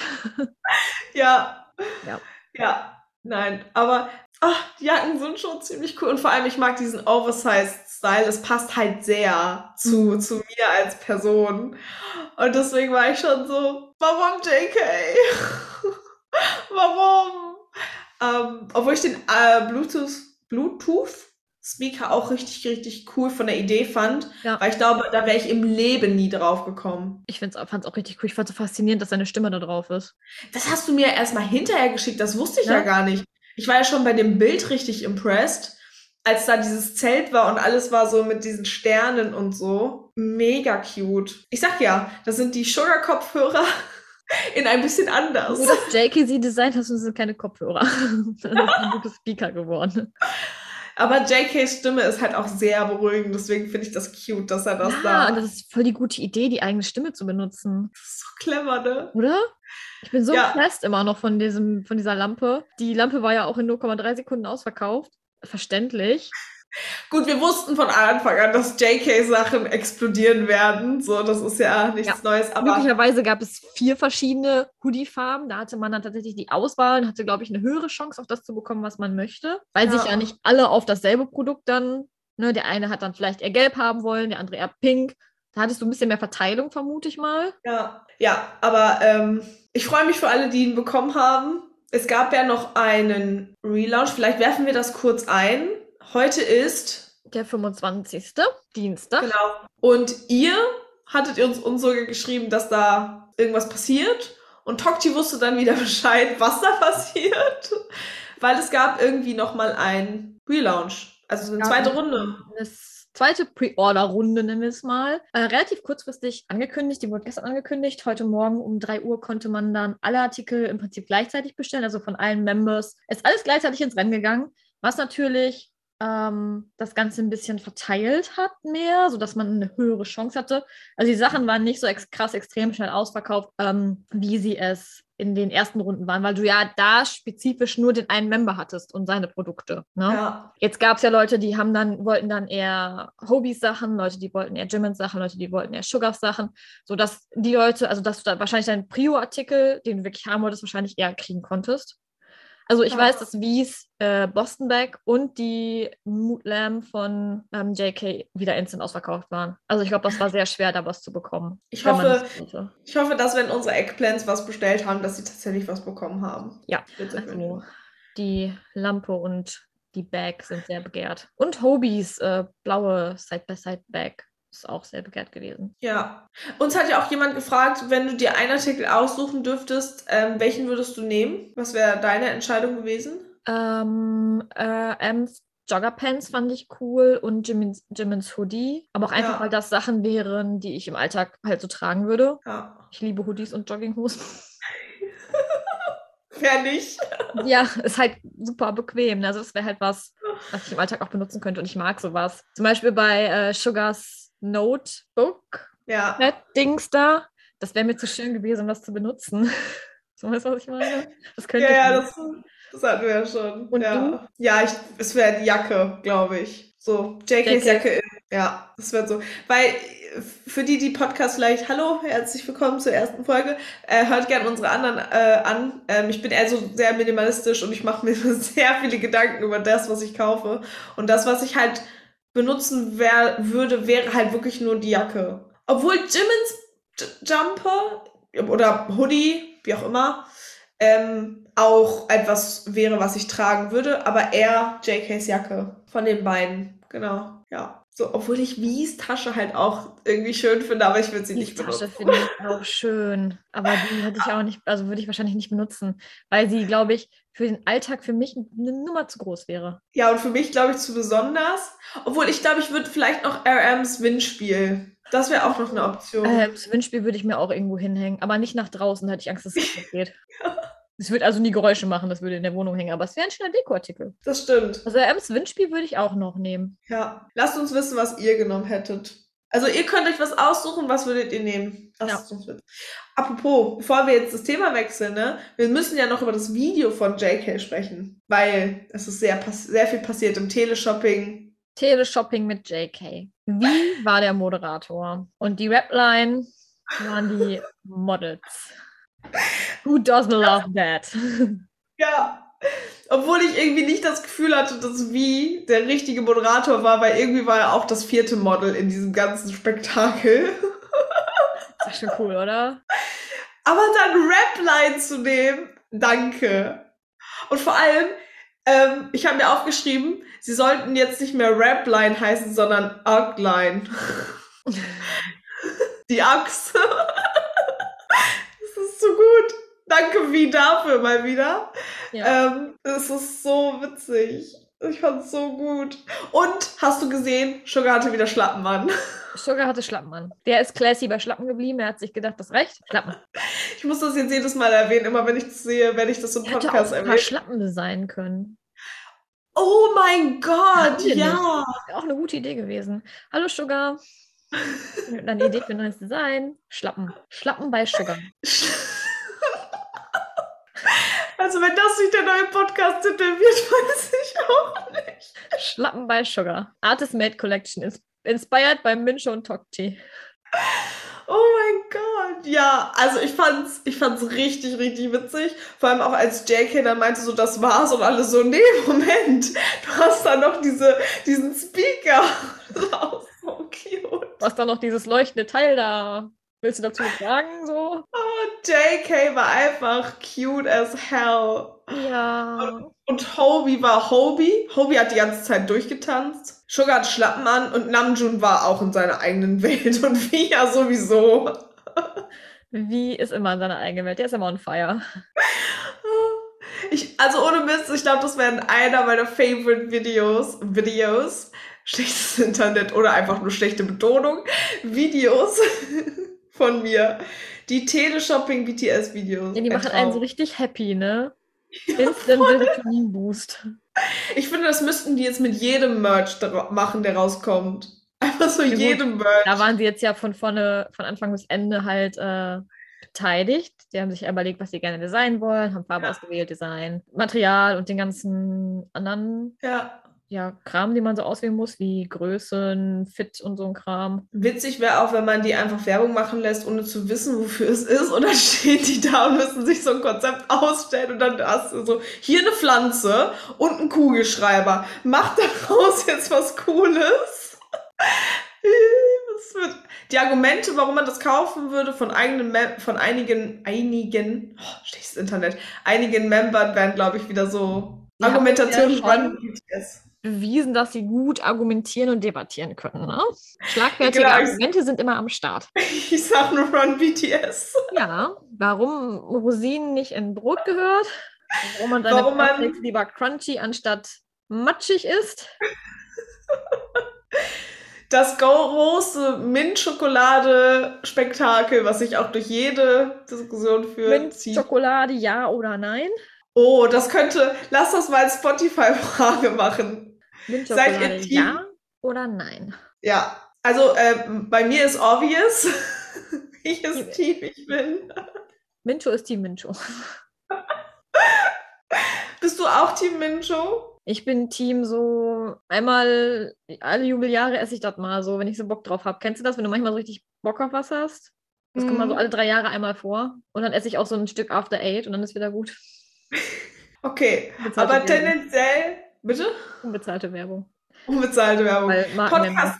Ja. Ja. Ja. Nein, aber ach, die Jacken sind schon ziemlich cool. Und vor allem, ich mag diesen Oversized-Style. Es passt halt sehr zu, zu mir als Person. Und deswegen war ich schon so, warum J K? Warum? Ähm, obwohl ich den äh, Bluetooth, Bluetooth-Speaker auch richtig, richtig cool von der Idee fand. Ja. Weil ich glaube, da wäre ich im Leben nie drauf gekommen. Ich fand es auch richtig cool. Ich fand es so faszinierend, dass seine Stimme da drauf ist. Das hast du mir erst mal hinterher geschickt, das wusste ich ja, Ja. gar nicht. Ich war ja schon bei dem Bild richtig impressed, als da dieses Zelt war und alles war so mit diesen Sternen und so. Mega cute. Ich sag ja, das sind die Sugar-Kopfhörer In ein bisschen anders. Nur, dass J K sie designt hat, und sind keine Kopfhörer. Das ist ein guter Speaker geworden. Aber J Ks Stimme ist halt auch sehr beruhigend, deswegen finde ich das cute, dass er das Ja, da... und das ist voll die gute Idee, die eigene Stimme zu benutzen. Das ist so clever, ne? Oder? Ich bin so Ja. impressed immer noch von, diesem, von dieser Lampe. Die Lampe war ja auch in null Komma drei Sekunden ausverkauft. Verständlich. Gut, wir wussten von Anfang an, dass J K-Sachen explodieren werden. So, das ist ja nichts Ja. Neues. Aber Möglicherweise gab es vier verschiedene Hoodie-Farben. Da hatte man dann tatsächlich die Auswahl und hatte, glaube ich, eine höhere Chance, auch das zu bekommen, was man möchte. Weil Ja. sich ja nicht alle auf dasselbe Produkt dann, ne, der eine hat dann vielleicht eher gelb haben wollen, der andere eher pink. Da hattest du ein bisschen mehr Verteilung, vermute ich mal. ja, ja, aber ähm, ich freue mich für alle, die ihn bekommen haben. Es gab ja noch einen Relaunch. Vielleicht werfen wir das kurz ein. Heute ist... Der fünfundzwanzigste Dienstag. Genau. Und ihr hattet uns, uns sogar geschrieben, dass da irgendwas passiert. Und Tokchi wusste dann wieder Bescheid, was da passiert. Weil es gab irgendwie nochmal ein Relaunch. Also eine Ja, zweite Runde. Eine zweite Pre-Order-Runde, nennen wir es mal. Äh, relativ kurzfristig angekündigt. Die wurde gestern angekündigt. Heute Morgen um drei Uhr konnte man dann alle Artikel im Prinzip gleichzeitig bestellen. Also von allen Members. Ist alles gleichzeitig ins Rennen gegangen. Was natürlich ähm, das Ganze ein bisschen verteilt hat mehr, sodass man eine höhere Chance hatte. Also die Sachen waren nicht so ex krass extrem schnell ausverkauft, ähm, wie sie es in den ersten Runden waren, weil du ja da spezifisch nur den einen Member hattest und seine Produkte. Ne? Ja. Jetzt gab es ja Leute, die haben dann, wollten dann eher Hobies-Sachen, Leute, die wollten eher Jimmins-Sachen, Leute, die wollten eher Sugars-Sachen, sodass die Leute, also dass du da wahrscheinlich deinen Prio-Artikel, den du wirklich haben wolltest, wahrscheinlich eher kriegen konntest. Also ich Ja. weiß, dass Wies, äh, Boston Bag und die Mood Lamb von ähm, J K wieder instant ausverkauft waren. Also ich glaube, das war sehr schwer, da was zu bekommen. Ich wenn man hoffe, das wollte. ich hoffe, dass wenn unsere Eggplants was bestellt haben, dass sie tatsächlich was bekommen haben. Ja, Bitte also wünschen. die Lampe und die Bag sind sehr begehrt. Und Hobies, äh, blaue Side-by-Side-Bag ist auch sehr begehrt gewesen. Ja. Uns hat ja auch jemand gefragt, wenn du dir einen Artikel aussuchen dürftest, ähm, welchen würdest du nehmen? Was wäre deine Entscheidung gewesen? Ähm, äh, Ems Joggerpants fand ich cool und Jimmins, Jimmins Hoodie. Aber auch einfach, Ja. weil das Sachen wären, die ich im Alltag halt so tragen würde. Ja. Ich liebe Hoodies und Jogginghosen. Wer nicht? Ja, ist halt super bequem. Also das wäre halt was, was ich im Alltag auch benutzen könnte und ich mag sowas. Zum Beispiel bei äh, Sugars Notebook, Ja. das Dings da. Das wäre mir zu schön gewesen, um das zu benutzen. So, weißt du, was ich meine? Das könnte Ja, ja, ich nicht. das, das hatten wir ja schon. Und ja. du? Ja, ich, es wäre die Jacke, glaube ich. So, J Ks J Ks. Jacke. In, ja, das wird so. Weil für die, die Podcast vielleicht, hallo, herzlich willkommen zur ersten Folge, äh, hört gerne unsere anderen äh, an. Ähm, ich bin eher so sehr minimalistisch und ich mache mir sehr viele Gedanken über das, was ich kaufe. Und das, was ich halt benutzen wär, würde, wäre halt wirklich nur die Jacke. Obwohl Jimmins Jumper oder Hoodie, wie auch immer, ähm, auch etwas wäre, was ich tragen würde, aber eher J Ks Jacke von den beiden. Genau, ja. So, obwohl ich Wies Tasche halt auch irgendwie schön finde, aber ich würde sie Die nicht Tasche benutzen. finde ich auch schön, aber die hätte ich auch nicht, also würde ich wahrscheinlich nicht benutzen, weil sie, glaube ich, für den Alltag für mich eine Nummer zu groß wäre. Ja, und für mich, glaube ich, zu besonders. Obwohl, ich glaube, ich würde vielleicht noch R Ms Windspiel. Das wäre auch noch eine Option. Äh, das Windspiel würde ich mir auch irgendwo hinhängen, aber nicht nach draußen, da hätte ich Angst, dass es kaputt geht. Es würde also nie Geräusche machen, das würde in der Wohnung hängen, aber es wäre ein schöner Dekoartikel. Das stimmt. Also Ems Windspiel würde ich auch noch nehmen. Ja. Lasst uns wissen, was ihr genommen hättet. Also ihr könnt euch was aussuchen, was würdet ihr nehmen? Lasst uns wissen. Apropos, bevor wir jetzt das Thema wechseln, ne, wir müssen ja noch über das Video von J K sprechen, weil es ist sehr, sehr viel passiert im Teleshopping. Teleshopping mit J K. Wie war der Moderator? Und die Rapline waren die Models. Who doesn't love that? Ja, obwohl ich irgendwie nicht das Gefühl hatte, dass Wie der richtige Moderator war, weil irgendwie war er auch das vierte Model in diesem ganzen Spektakel. Das ist schon cool, oder? Aber dann Rapline zu nehmen, danke. Und vor allem, ähm, ich habe mir aufgeschrieben, sie sollten jetzt nicht mehr Rapline heißen, sondern Ugline. Die Axt. Das ist so gut. Danke Wie dafür mal wieder. Ja. Ähm, das ist so witzig. Ich fand's so gut. Und, hast du gesehen, Sugar hatte wieder Schlappen an. Sugar hatte Schlappen an. Der ist classy bei Schlappen geblieben. Er hat sich gedacht, das reicht. Schlappen. Ich muss das jetzt jedes Mal erwähnen. Immer wenn ich das sehe, werde ich das im Er hätte auch Podcast ein paar erwähnen. Schlappen designen können. Oh mein Gott, Haben wir ja. nicht. Wäre auch eine gute Idee gewesen. Hallo Sugar. Wir hatten eine Idee für ein neues Design. Schlappen. Schlappen bei Sugar. Also wenn das nicht der neue Podcast-Titel wird, weiß ich auch nicht. Schlappen bei Sugar. Artist Made Collection. Ins inspired by Mincho und Tokti. Oh mein Gott, ja, also ich fand's, ich fand's richtig, richtig witzig. Vor allem auch als J K dann meinte, so das war's und alle so, nee, Moment, du hast da noch diese, diesen Speaker. Das war auch so cute. Was da noch dieses leuchtende Teil da? Willst du dazu was sagen? So? Oh, J K war einfach cute as hell. Ja. Und Hobie war Hobie. Hobie hat die ganze Zeit durchgetanzt. Sugar hat Schlappen an und Namjoon war auch in seiner eigenen Welt und Via sowieso. Wie ist immer in seiner eigenen Welt. Der ist immer on fire. Ich, also ohne Mist, ich glaube, das wären einer meiner Favorite Videos. Videos. Schlechtes Internet oder einfach nur schlechte Betonung. Videos von mir. Die Teleshopping-B T S-Videos. Ja, die Ein machen einen so Traum. richtig happy, ne? Instant Serotonin Boost. Ich finde, das müssten die jetzt mit jedem Merch dra- machen, der rauskommt. Einfach so Ja, gut. jedem Merch. Da waren sie jetzt ja von vorne, von Anfang bis Ende halt äh, beteiligt. Die haben sich überlegt, was sie gerne designen wollen, haben Farbe Ja. ausgewählt, Design, Material und den ganzen anderen Ja. ja, Kram, den man so auswählen muss, wie Größen, Fit und so ein Kram. Witzig wäre auch, wenn man die einfach Werbung machen lässt, ohne zu wissen, wofür es ist. Und dann stehen die da und müssen sich so ein Konzept ausstellen. Und dann hast du so, hier eine Pflanze und ein Kugelschreiber. Mach daraus jetzt was Cooles. Das wird, die Argumente, warum man das kaufen würde, von eigenen, Mem von einigen, einigen, oh, schlechtes Internet, einigen Membern wären, glaube ich, wieder so Die haben Argumentationen ja schon von B T S. bewiesen, dass sie gut argumentieren und debattieren können. Ne? Schlagfertige Genau, ich- Argumente sind immer am Start. Ich sag nur Run B T S. Ja, warum Rosinen nicht in Brot gehört, warum man seine Warum man- Cornflakes lieber crunchy anstatt matschig isst. Das große Mint-Schokolade-Spektakel, was sich auch durch jede Diskussion führt, Mint zieht. Schokolade, ja oder nein? Oh, das könnte, lass das mal als Spotify-Frage machen. Mint Seid ihr Schokolade, Team? ja oder nein? Ja, also äh, bei mir ist obvious, welches Team ich bin. Mincho ist Team Mincho. Bist du auch Team Mincho? Ich bin Team so, einmal alle Jubeljahre esse ich das mal so, wenn ich so Bock drauf habe. Kennst du das, wenn du manchmal so richtig Bock auf was hast? Das kommt mal so Mhm. alle drei Jahre einmal vor. Und dann esse ich auch so ein Stück After Eight und dann ist wieder gut. Okay, Unbezahlte aber Werbung. tendenziell, bitte? Unbezahlte Werbung. Unbezahlte Werbung. Weil Marken Podcast,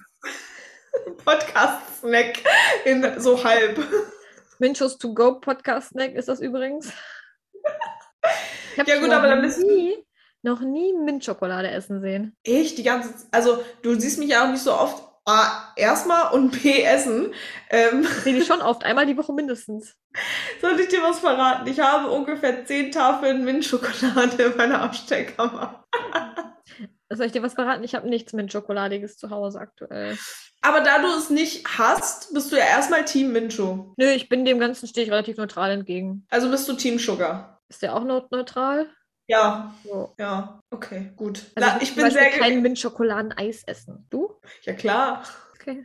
Podcast-Snack in so halb. Minchos To Go Podcast Snack ist das übrigens. Ich habe Ja gut, aber dann bist du... nie, noch nie Mintschokolade essen sehen. Ich die ganze Z- also du siehst mich ja auch nicht so oft A, erstmal und B, essen. Ähm, Ich sehe die schon oft, einmal die Woche mindestens. soll ich dir was verraten? Ich habe ungefähr zehn Tafeln Mintschokolade in meiner Abstellkammer. Soll ich dir was verraten? Ich habe nichts Mintschokoladiges zu Hause aktuell. Aber da du es nicht hast, bist du ja erstmal Team Mincho. Nö, ich bin dem Ganzen, stehe ich relativ neutral entgegen. Also bist du Team Sugar. Ist der auch neu- neutral? Ja, So. ja, okay, gut. Also Na, ich ich zum bin Beispiel sehr ge- kein Mintschokoladen-Eis essen. Du? Ja klar. Okay.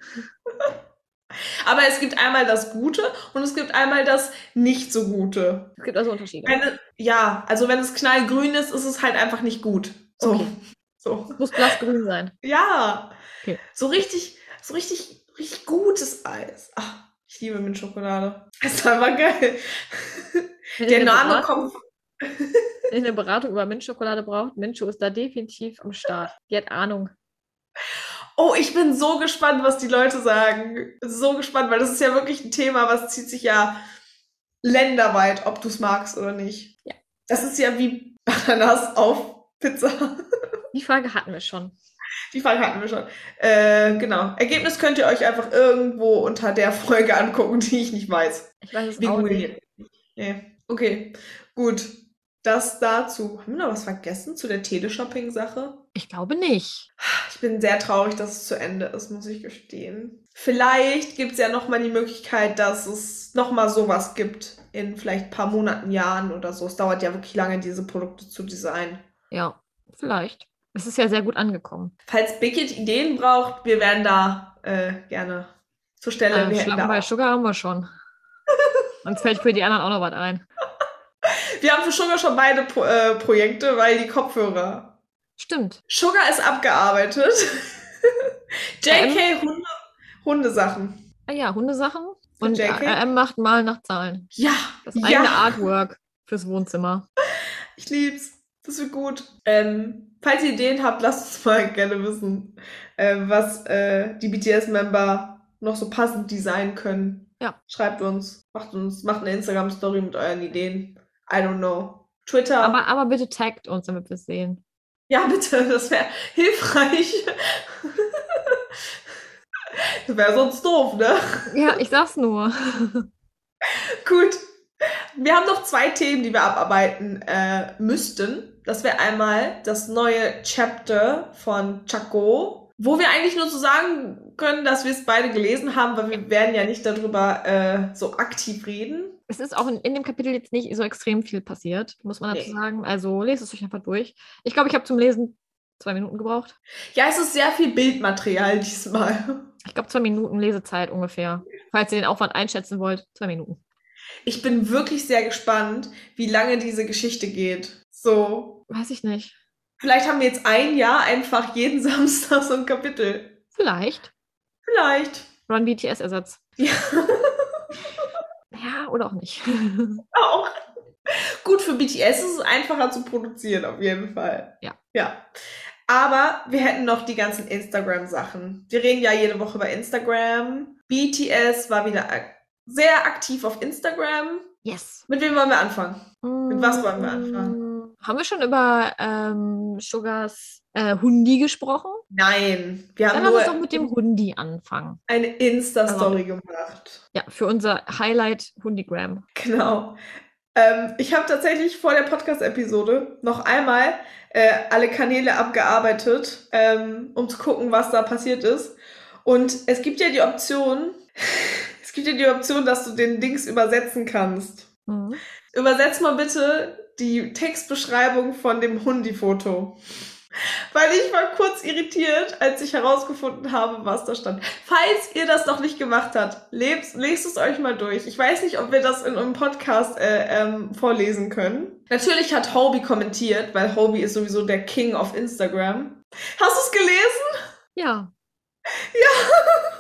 Aber es gibt einmal das Gute und es gibt einmal das nicht so Gute. Es gibt also Unterschiede. Wenn es, ja, also wenn es knallgrün ist, ist es halt einfach nicht gut. So. Okay. So. Es muss blassgrün sein. Ja. Okay. So richtig, so richtig, richtig gutes Eis. Ach, ich liebe Mintschokolade. Das ist einfach geil. Wenn Der ihr eine Name Beratung- kommt. Wenn ihr eine Beratung über Mintschokolade braucht, Mincho ist da definitiv am Start. Die hat Ahnung. Oh, ich bin so gespannt, was die Leute sagen. So gespannt, weil das ist ja wirklich ein Thema, was zieht sich ja länderweit, ob du es magst oder nicht. Ja. Das ist ja wie Ananas auf Pizza. Die Frage hatten wir schon. Die Frage hatten wir schon. Äh, genau. Ergebnis könnt ihr euch einfach irgendwo unter der Folge angucken, die ich nicht weiß. Ich weiß es Wegen auch nicht. William. Nee. Okay, gut. Das dazu. Haben wir noch was vergessen zu der Teleshopping-Sache? Ich glaube nicht. Ich bin sehr traurig, dass es zu Ende ist, muss ich gestehen. Vielleicht gibt es ja nochmal die Möglichkeit, dass es nochmal sowas gibt in vielleicht ein paar Monaten, Jahren oder so. Es dauert ja wirklich lange, diese Produkte zu designen. Ja, vielleicht. Es ist ja sehr gut angekommen. Falls Bickett Ideen braucht, wir wären da äh, gerne zur Stelle. Äh, wir, hätten Schlangen da bei auch. Sugar haben wir schon. Uns fällt für die anderen auch noch was ein. wir haben für Sugar schon beide Pro äh, Projekte, weil die Kopfhörer. Stimmt. Sugar ist abgearbeitet. J K Hunde, Hundesachen. Ah ja, Hundesachen. Für Und J K? R M macht mal nach Zahlen. Ja, Das ja. eigene Artwork fürs Wohnzimmer. Ich lieb's. Das wird gut. Ähm, falls ihr Ideen habt, lasst uns mal gerne wissen, äh, was äh, die B T S-Member noch so passend designen können. Ja. Schreibt uns, macht uns, macht eine Instagram-Story mit euren Ideen. I don't know. Twitter. Aber, aber bitte taggt uns, damit wir es sehen. Ja, bitte, das wäre hilfreich. Das wäre sonst doof, ne? Ja, ich sag's nur. Gut. Wir haben noch zwei Themen, die wir abarbeiten äh, müssten. Das wäre einmal das neue Chapter von Chaco, wo wir eigentlich nur so sagen können, dass wir es beide gelesen haben, weil wir werden ja nicht darüber äh, so aktiv reden. Es ist auch in, in dem Kapitel jetzt nicht so extrem viel passiert, muss man dazu Nee. sagen. Also lest es euch einfach durch. Ich glaube, ich habe zum Lesen zwei Minuten gebraucht. Ja, es ist sehr viel Bildmaterial diesmal. Ich glaube, zwei Minuten Lesezeit ungefähr. Falls ihr den Aufwand einschätzen wollt, zwei Minuten. Ich bin wirklich sehr gespannt, wie lange diese Geschichte geht. So, Weiß ich nicht. vielleicht haben wir jetzt ein Jahr einfach jeden Samstag so ein Kapitel. Vielleicht. Vielleicht. Run B T S-Ersatz. Ja, Ja, oder auch nicht. auch. Gut, für B T S ist es einfacher zu produzieren, auf jeden Fall. Ja. Ja. Aber wir hätten noch die ganzen Instagram-Sachen. Wir reden ja jede Woche über Instagram. B T S war wieder ak- sehr aktiv auf Instagram. Yes. Mit wem wollen wir anfangen? Mit was wollen wir anfangen? Haben wir schon über ähm, Sugars äh, Hundi gesprochen? Nein, wir haben Dann lass nur uns doch mit dem Hundi anfangen. eine Insta-Story gemacht. Ja, für unser Highlight Hundigram. Genau. Ähm, ich habe tatsächlich vor der Podcast-Episode noch einmal äh, alle Kanäle abgearbeitet, ähm, um zu gucken, was da passiert ist. Und es gibt ja die Option, es gibt ja die Option, dass du den Dings übersetzen kannst. Mhm. Übersetz mal bitte die Textbeschreibung von dem Hundi-Foto. Weil ich war kurz irritiert, als ich herausgefunden habe, was da stand. Falls ihr das noch nicht gemacht habt, lest, lest es euch mal durch. Ich weiß nicht, ob wir das in einem Podcast äh, ähm, vorlesen können. Natürlich hat Hobie kommentiert, weil Hobie ist sowieso der King of Instagram. Hast du es gelesen? Ja. Ja.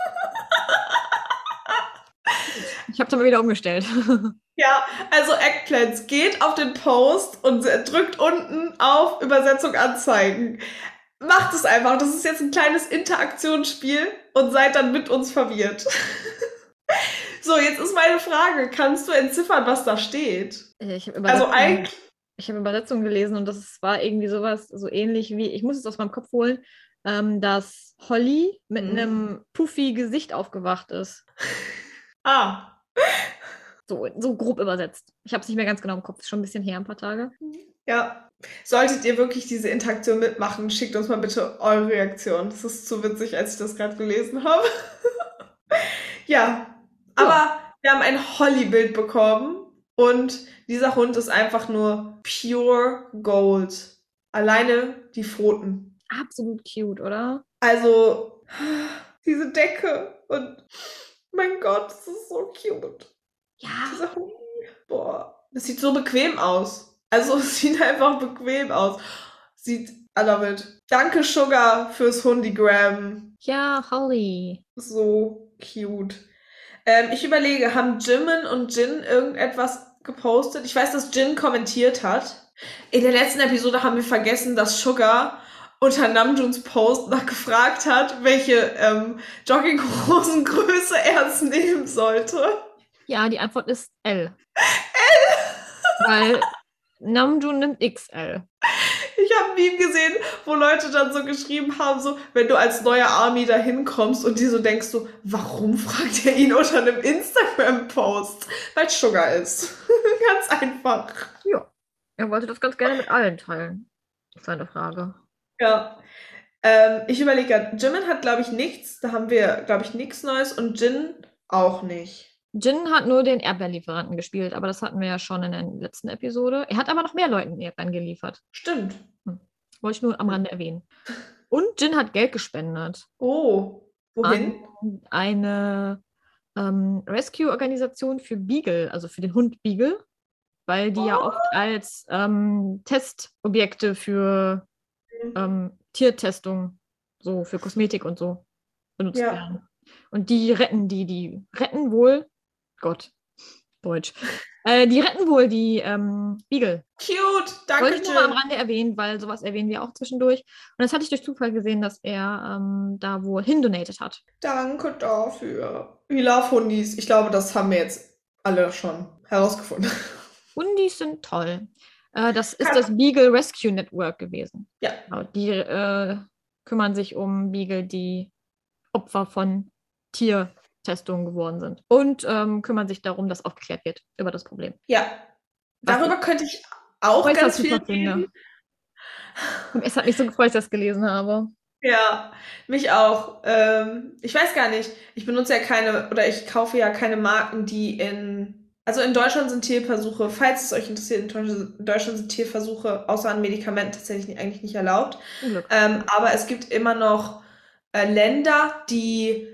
Ich habe es mal wieder umgestellt. Ja, also Eggplants, geht auf den Post und drückt unten auf Übersetzung anzeigen. Macht es einfach. Das ist jetzt ein kleines Interaktionsspiel und seid dann mit uns verwirrt. So, jetzt ist meine Frage. Kannst du entziffern, was da steht? Ich habe Also Übersetzung, eigentlich, ich habe Übersetzung gelesen und das war irgendwie sowas so ähnlich wie, ich muss es aus meinem Kopf holen, ähm, dass Holly mit Mhm. einem puffy Gesicht aufgewacht ist. ah, So, so grob übersetzt. Ich habe es nicht mehr ganz genau im Kopf, ist schon ein bisschen her, ein paar Tage. ja. Solltet ihr wirklich diese Interaktion mitmachen, schickt uns mal bitte eure Reaktion. Das ist zu witzig, als ich das gerade gelesen habe. Ja, aber wir haben ein Holly-Bild bekommen und dieser Hund ist einfach nur pure Gold. Alleine die Pfoten. Absolut cute, oder? Also, diese Decke und mein Gott, das ist so cute. Ja. Dieser Hund. Boah, das sieht so bequem aus. Also, es sieht einfach bequem aus. Sieht, I love it. Danke, Sugar, fürs Hundigram. Ja, Holly. So cute. Ähm, ich überlege, haben Jimin und Jin irgendetwas gepostet? Ich weiß, dass Jin kommentiert hat. In der letzten Episode haben wir vergessen, dass Sugar unter Namjoons Post nachgefragt hat, welche ähm, Jogginghosengröße er es nehmen sollte. Ja, die Antwort ist L. L? Weil Namjoon nimmt X L. Ich habe ein Meme gesehen, wo Leute dann so geschrieben haben, so, wenn du als neuer Army da hinkommst und dir so denkst, so, warum fragt er ihn unter einem Instagram-Post? Weil es Sugar ist. Ganz einfach. Ja. Er wollte das ganz gerne mit allen teilen. Ist seine Frage. Ja. Ähm, ich überlege gerade, Jimin hat, glaube ich, nichts. Da haben wir, glaube ich, nichts Neues und Jin auch nicht. Jin hat nur den Erdbeerlieferanten gespielt, aber das hatten wir ja schon in der letzten Episode. Er hat aber noch mehr Leuten Erdbeeren geliefert. Stimmt. Hm. Wollte ich nur am Rande erwähnen. Und Jin hat Geld gespendet Oh, wohin? an eine ähm, Rescue-Organisation für Beagle, also für den Hund Beagle, weil die ja oft als ähm, Testobjekte für ähm, Tiertestung, so für Kosmetik und so benutzt Ja. werden. Und die retten die, die retten wohl, Gott, Deutsch, äh, die retten wohl die ähm, Beagle. Cute, danke, Wollte ich nur mal am Jin. Rande erwähnen, weil sowas erwähnen wir auch zwischendurch. Und das hatte ich durch Zufall gesehen, dass er ähm, da wohl hindonated hat. Danke dafür. We love Hundis. Ich glaube, das haben wir jetzt alle schon herausgefunden. Hundis sind toll. Äh, das ist Kann- das Beagle Rescue Network gewesen. Ja. Genau, die äh, kümmern sich um Beagle, die Opfer von Tiertestungen geworden sind. Und ähm, kümmern sich darum, dass aufgeklärt wird über das Problem. Ja. Was Darüber könnte ich auch Äußerst ganz viel super finde. reden. Und es hat mich so gefreut, dass ich das gelesen habe. Ja, mich auch. Ähm, ich weiß gar nicht. Ich benutze ja keine, oder ich kaufe ja keine Marken, die in, also in Deutschland sind Tierversuche, falls es euch interessiert, in Deutschland in Deutschland sind Tierversuche außer an Medikamenten tatsächlich nicht, eigentlich nicht erlaubt. Zum Glück. Ähm, aber es gibt immer noch äh, Länder, die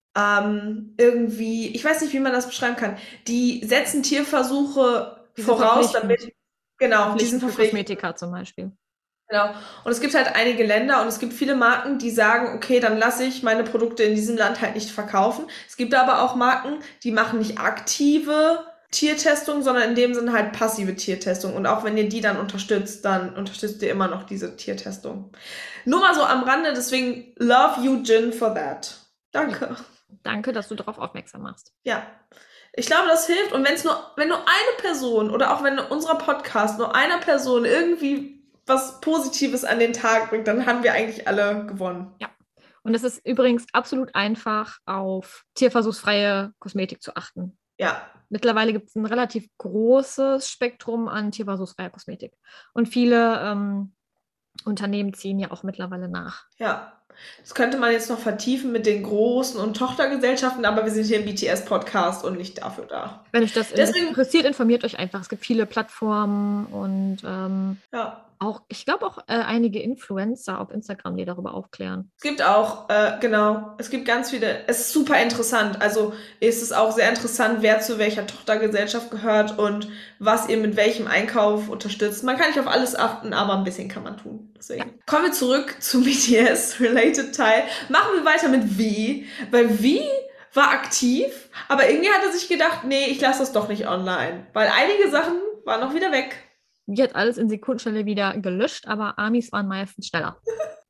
ähm, irgendwie, ich weiß nicht, wie man das beschreiben kann, die setzen Tierversuche Die sind voraus, verpflichtend. damit, genau, die sind Verpflichtend für verpflichtend. Kosmetika zum Beispiel. Genau. Und es gibt halt einige Länder und es gibt viele Marken, die sagen, okay, dann lasse ich meine Produkte in diesem Land halt nicht verkaufen. Es gibt aber auch Marken, die machen nicht aktive Tiertestung, sondern in dem Sinne halt passive Tiertestung. Und auch wenn ihr die dann unterstützt, dann unterstützt ihr immer noch diese Tiertestung. Nur mal so am Rande, deswegen love you, Jin, for that. Danke. Danke, dass du darauf aufmerksam machst. Ja. Ich glaube, das hilft. Und wenn es nur, wenn nur eine Person oder auch wenn unser Podcast nur einer Person irgendwie was Positives an den Tag bringt, dann haben wir eigentlich alle gewonnen. Und es ist übrigens absolut einfach, auf tierversuchsfreie Kosmetik zu achten. Ja. Mittlerweile gibt es ein relativ großes Spektrum an tierversuchsfreier Kosmetik. Und viele ähm, Unternehmen ziehen ja auch mittlerweile nach. Ja. Das könnte man jetzt noch vertiefen mit den großen und Tochtergesellschaften, aber wir sind hier im B T S-Podcast und nicht dafür da. Wenn euch das Deswegen- interessiert, informiert euch einfach. Es gibt viele Plattformen und ähm, Ja. auch, ich glaube auch äh, einige Influencer auf Instagram, die darüber aufklären. Es gibt auch, äh, genau, es gibt ganz viele, es ist super interessant. Also ist es auch sehr interessant, wer zu welcher Tochtergesellschaft gehört und was ihr mit welchem Einkauf unterstützt. Man kann nicht auf alles achten, aber ein bisschen kann man tun. Deswegen. Kommen wir zurück zum B T S-related Teil. Machen wir weiter mit V, weil V war aktiv, aber irgendwie hat er sich gedacht, nee, ich lasse das doch nicht online, weil einige Sachen waren noch wieder weg. Die hat alles in Sekundenschnelle wieder gelöscht, aber Amis waren meistens schneller.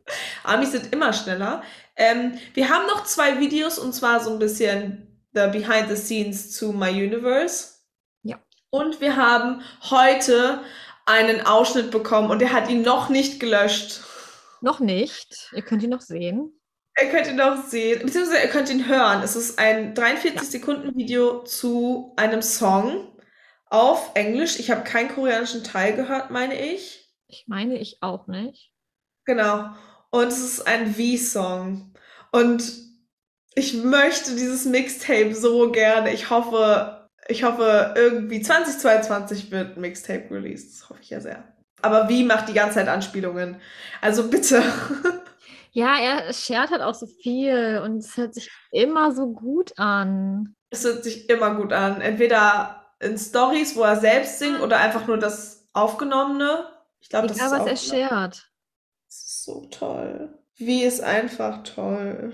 Amis sind immer schneller. Ähm, wir haben noch zwei Videos und zwar so ein bisschen the behind the scenes zu My Universe. Ja. Und wir haben heute einen Ausschnitt bekommen und er hat ihn noch nicht gelöscht. Noch nicht. Ihr könnt ihn noch sehen. Ihr könnt ihn noch sehen, beziehungsweise ihr könnt ihn hören. Es ist ein dreiundvierzig Ja. Sekunden Video zu einem Song auf Englisch. Ich habe keinen koreanischen Teil gehört, meine ich. Ich meine, ich auch nicht. Genau. Und es ist ein V-Song. Und ich möchte dieses Mixtape so gerne. Ich hoffe, ich hoffe, irgendwie zwanzig zweiundzwanzig wird ein Mixtape released. Das hoffe ich ja sehr. Aber V macht die ganze Zeit Anspielungen. Also bitte. Ja, er shared halt auch so viel und es hört sich immer so gut an. Es hört sich immer gut an. Entweder in Stories, wo er selbst singt, oder einfach nur das Aufgenommene. Ich glaube, das ist Egal, was er aufgenommen. shared. Das ist so toll. Wie ist einfach toll.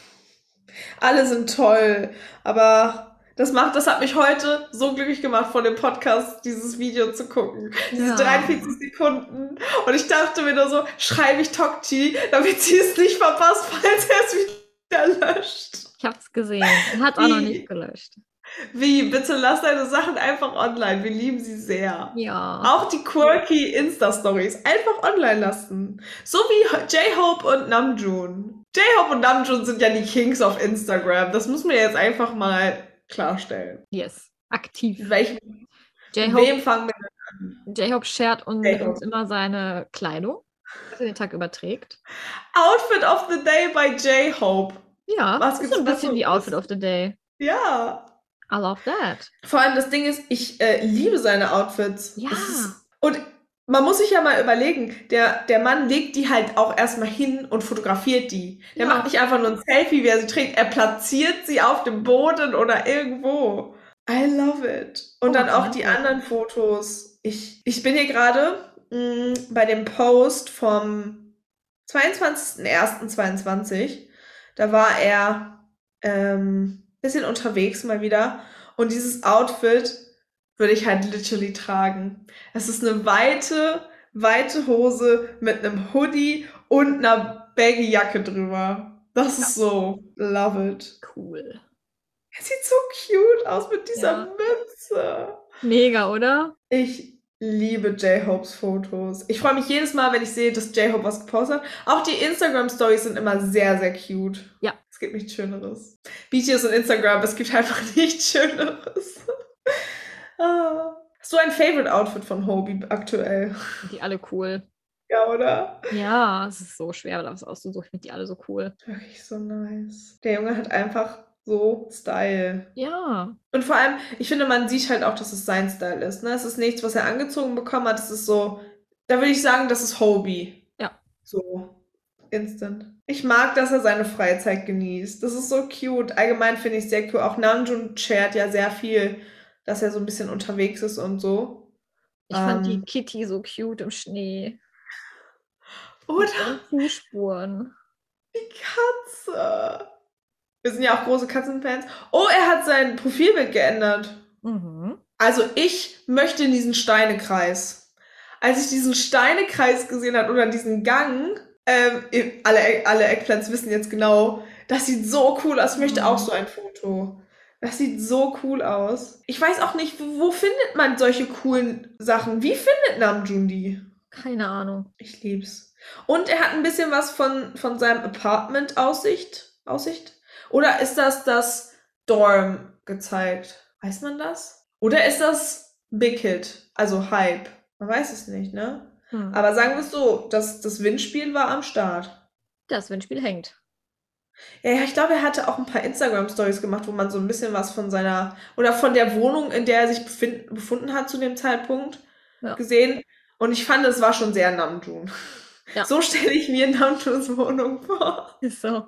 Alle sind toll, aber das macht, das hat mich heute so glücklich gemacht, vor dem Podcast dieses Video zu gucken. Diese Ja. dreiundvierzig Sekunden. Und ich dachte mir nur so, schreibe ich Tokchi, damit sie es nicht verpasst, falls er es wieder löscht. Ich hab's gesehen. Er hat auch noch Wie? nicht gelöscht. Wie? Bitte lass deine Sachen einfach online. Wir lieben sie sehr. Ja. Auch die quirky Insta-Stories einfach online lassen. So wie J-Hope und Namjoon. J-Hope und Namjoon sind ja die Kings auf Instagram. Das müssen wir jetzt einfach mal klarstellen. Yes. Aktiv. Mit welchem, mit J-Hope wem fangen wir an? J-Hope shared uns, J-Hope. uns immer seine Kleidung. was er den Tag überträgt. Outfit of the Day bei J-Hope. Ja, Was ist gibt's so ein da bisschen so? wie Outfit of the Day. Ja. I love that. Vor allem das Ding ist, ich äh, liebe seine Outfits. Ja. Es ist, und man muss sich ja mal überlegen, der, der Mann legt die halt auch erstmal hin und fotografiert die. Der Ja. macht nicht einfach nur ein Selfie, wie er sie trägt. Er platziert sie auf dem Boden oder irgendwo. I love it. Und Oh, dann auch I die love it. anderen Fotos. Ich, ich bin hier gerade mh, bei dem Post vom zweiundzwanzigsten ersten zweiundzwanzig. Da war er ähm, bisschen unterwegs mal wieder. Und dieses Outfit würde ich halt literally tragen. Es ist eine weite, weite Hose mit einem Hoodie und einer Baggy-Jacke drüber. Das ist so, love it. Cool. Er sieht so cute aus mit dieser Ja. Mütze. Mega, oder? Ich liebe J-Hopes Fotos. Ich freue mich jedes Mal, wenn ich sehe, dass J-Hope was gepostet hat. Auch die Instagram-Stories sind immer sehr, sehr cute. Ja. Es gibt nichts Schöneres. B T S und Instagram, es gibt einfach nichts Schöneres. Ah. Hast du ein Favorite-Outfit von Hobie aktuell? Sind die alle cool. Ja, oder? Ja, es ist so schwer, da was auszusuchen. Ich finde die alle so cool. Wirklich so nice. Der Junge hat einfach so Style. Ja. Und vor allem, ich finde, man sieht halt auch, dass es sein Style ist. Ne? Es ist nichts, was er angezogen bekommen hat. Es ist so, da würde ich sagen, das ist Hobie. Ja. So, instant. Ich mag, dass er seine Freizeit genießt. Das ist so cute. Allgemein finde ich es sehr cool. Auch Namjoon shared ja sehr viel, dass er so ein bisschen unterwegs ist und so. Ich fand die Ähm. Kitty so cute im Schnee. Mit Oder ihren Fußspuren. die Katze. Wir sind ja auch große Katzenfans. Oh, er hat sein Profilbild geändert. Mhm. Also ich möchte in diesen Steinekreis. Als ich diesen Steinekreis gesehen habe oder diesen Gang, ähm, alle, alle Eggplants wissen jetzt genau, das sieht so cool aus. Ich möchte auch so ein Foto. Das sieht so cool aus. Ich weiß auch nicht, wo, wo findet man solche coolen Sachen? Wie findet Namjoon die? Keine Ahnung. Ich lieb's. Und er hat ein bisschen was von, von seinem Apartment-Aussicht. Aussicht? Oder ist das das Dorm gezeigt? Weiß man das? Oder ist das Big Hit? Also Hype? Man weiß es nicht, ne? Hm. Aber sagen wir es so, das, das Windspiel war am Start. Das Windspiel hängt. Ja, ja, ich glaube, er hatte auch ein paar Instagram-Stories gemacht, wo man so ein bisschen was von seiner, oder von der Wohnung, in der er sich befind, befunden hat zu dem Zeitpunkt, Ja. gesehen. Und ich fand, es war schon sehr Namjoon. Ja. So stelle ich mir Namjoons Wohnung vor. Ist so.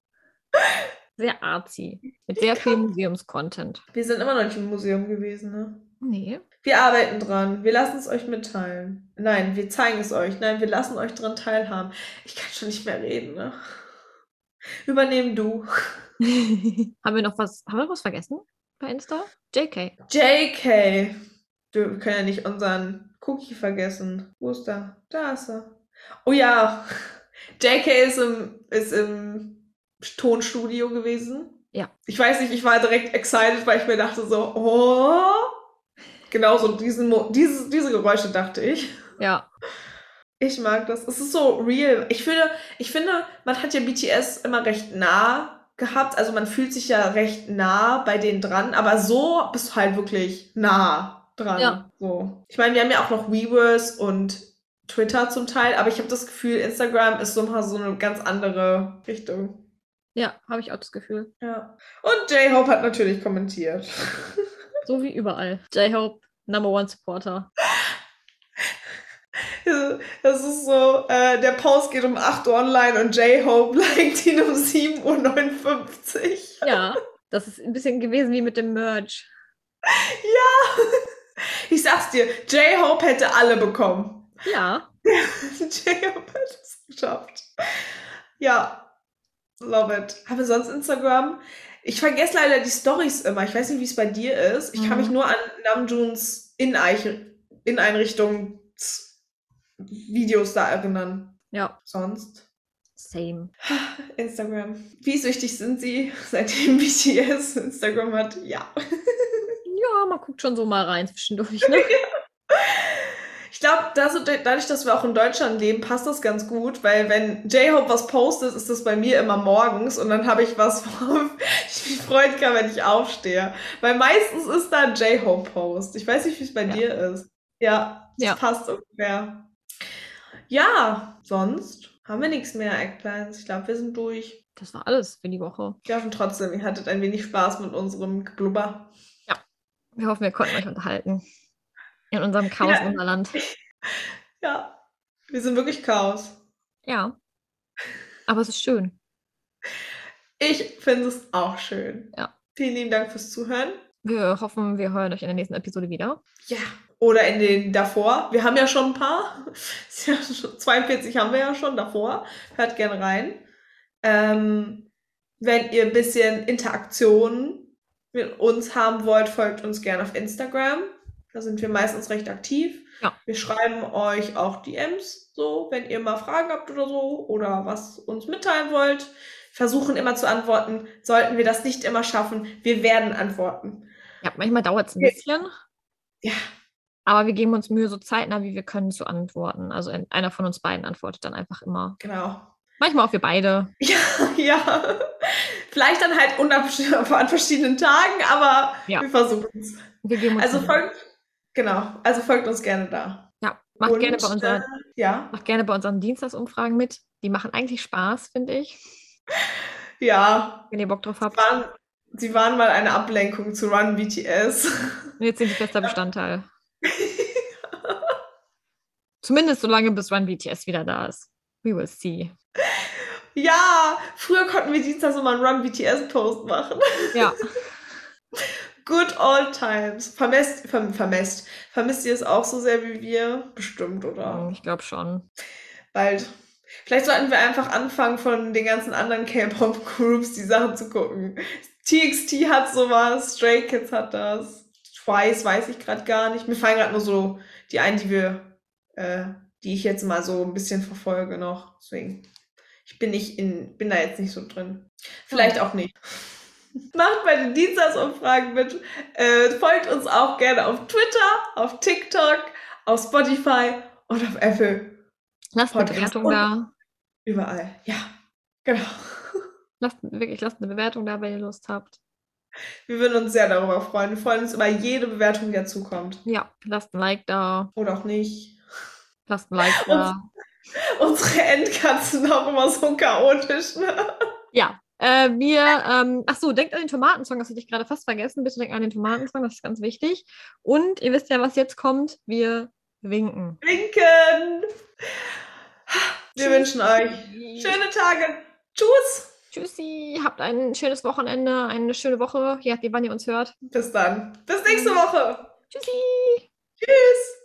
Sehr artsy. Mit sehr viel Museums-Content. Wir sind immer noch nicht im Museum gewesen, ne? Nee. Wir arbeiten dran. Wir lassen es euch mitteilen. Nein, wir zeigen es euch. Nein, wir lassen euch dran teilhaben. Ich kann schon nicht mehr reden, ne? Übernehmen du. Haben wir noch was, haben wir was vergessen bei Insta? J K. J K. Du, wir können ja nicht unseren Cookie vergessen. Wo ist er? Da ist er. Oh ja. J K ist im, ist im Tonstudio gewesen. Ja. Ich weiß nicht, ich war direkt excited, weil ich mir dachte so, oh. Genau so diesen, Mo- diese, diese Geräusche dachte ich. Ja. Ich mag das. Es ist so real. Ich finde, ich finde, man hat ja B T S immer recht nah gehabt. Also man fühlt sich ja recht nah bei denen dran. Aber so bist du halt wirklich nah dran. Ja. So. Ich meine, wir haben ja auch noch Weverse und Twitter zum Teil. Aber ich habe das Gefühl, Instagram ist so mal so eine ganz andere Richtung. Ja, habe ich auch das Gefühl. Ja. Und J-Hope hat natürlich kommentiert. So wie überall. J-Hope, Number One Supporter. Das ist so, äh, der Post geht um acht Uhr online und J-Hope liked ihn um sieben Uhr neunundfünfzig. Ja, das ist ein bisschen gewesen wie mit dem Merch. Ja, ich sag's dir, J-Hope hätte alle bekommen. Ja. J-Hope hat es geschafft. Ja, love it. Haben wir sonst Instagram? Ich vergesse leider die Storys immer. Ich weiß nicht, wie es bei dir ist. Ich kann mich nur an Namjoons Inneich- Inneneinrichtungs-Videos da erinnern. Ja. Sonst? Same. Instagram. Wie süchtig sind sie, seitdem B T S Instagram hat? Ja. Ja, man guckt schon so mal rein zwischendurch. Ne? Ich glaube, dadurch, dass wir auch in Deutschland leben, passt das ganz gut, weil wenn J-Hope was postet, ist das bei mir immer morgens und dann habe ich was, worauf ich mich freuen kann, wenn ich aufstehe. Weil meistens ist da ein J-Hope-Post. Ich weiß nicht, wie es bei Ja. dir ist. Ja, das Ja. passt ungefähr. Ja, sonst haben wir nichts mehr, Eggplants. Ich glaube, wir sind durch. Das war alles für die Woche. Wir hoffen trotzdem, ihr hattet ein wenig Spaß mit unserem Geblubber. Wir hoffen, wir konnten euch unterhalten. In unserem Chaos-Wunderland. Ja, wir sind wirklich Chaos. Ja. Aber es ist schön. Ich finde es auch schön. Ja. Vielen lieben Dank fürs Zuhören. Wir hoffen, wir hören euch in der nächsten Episode wieder. Ja. Oder in den davor. Wir haben ja schon ein paar. Ja, zweiundvierzig haben wir ja schon davor. Hört gerne rein. Ähm, wenn ihr ein bisschen Interaktion mit uns haben wollt, folgt uns gerne auf Instagram. Da sind wir meistens recht aktiv. Ja. Wir schreiben euch auch D Ms, so, wenn ihr mal Fragen habt oder so oder was uns mitteilen wollt. Versuchen immer zu antworten. Sollten wir das nicht immer schaffen, wir werden antworten. Ja, manchmal dauert es ein bisschen. Ja. Aber wir geben uns Mühe, so zeitnah wie wir können zu antworten. Also einer von uns beiden antwortet dann einfach immer. Genau. Manchmal auch wir beide. Ja, ja. Vielleicht dann halt unabhängig an verschiedenen Tagen, aber ja. wir versuchen es. Wir geben uns Also Mühe. folgt, genau, also folgt uns gerne da. Ja, macht, Und, gerne bei unseren, äh, ja. macht gerne bei unseren Dienstagsumfragen mit. Die machen eigentlich Spaß, finde ich. Ja. Wenn ihr Bock drauf habt. Sie waren, sie waren mal eine Ablenkung zu Run B T S. Und jetzt sind sie fester Bestandteil. Zumindest so lange, bis Run B T S wieder da ist. We will see. Ja, früher konnten wir dienstags immer einen Run B T S-Post machen. Ja. Good old times. Vermisst, verm, vermisst. Vermisst ihr es auch so sehr wie wir? Bestimmt, oder? Ich glaube schon. Bald. Vielleicht sollten wir einfach anfangen, von den ganzen anderen K-Pop-Groups die Sachen zu gucken. T X T hat sowas, Stray Kids hat das. Twice weiß ich gerade gar nicht. Mir fallen gerade nur so die ein, die wir, äh, die ich jetzt mal so ein bisschen verfolge noch. Deswegen. Ich bin nicht in, bin da jetzt nicht so drin. Vielleicht auch nicht. Macht bei den Dienstagsumfragen mit. Äh, folgt uns auch gerne auf Twitter, auf TikTok, auf Spotify und auf Apple. Lasst eine Podcast Bewertung da. Überall. Ja, genau. Lasst wirklich, lasst eine Bewertung da, wenn ihr Lust habt. Wir würden uns sehr darüber freuen. Wir freuen uns über jede Bewertung, die dazukommt. Ja, lasst ein Like da. Oder auch nicht. Lasst ein Like da. Unsere Endkatzen sind auch immer so chaotisch, ne? Ja, äh, wir, ähm, ach so, denkt an den Tomatensong, das hatte ich gerade fast vergessen. Bitte denkt an den Tomatensong, das ist ganz wichtig. Und ihr wisst ja, was jetzt kommt. Wir winken. Winken! Wir Tschüss. wünschen euch schöne Tage. Tschüss! Tschüssi, habt ein schönes Wochenende, eine schöne Woche. Je nachdem, wann ihr uns hört. Bis dann. Bis nächste Woche. Tschüssi! Tschüss!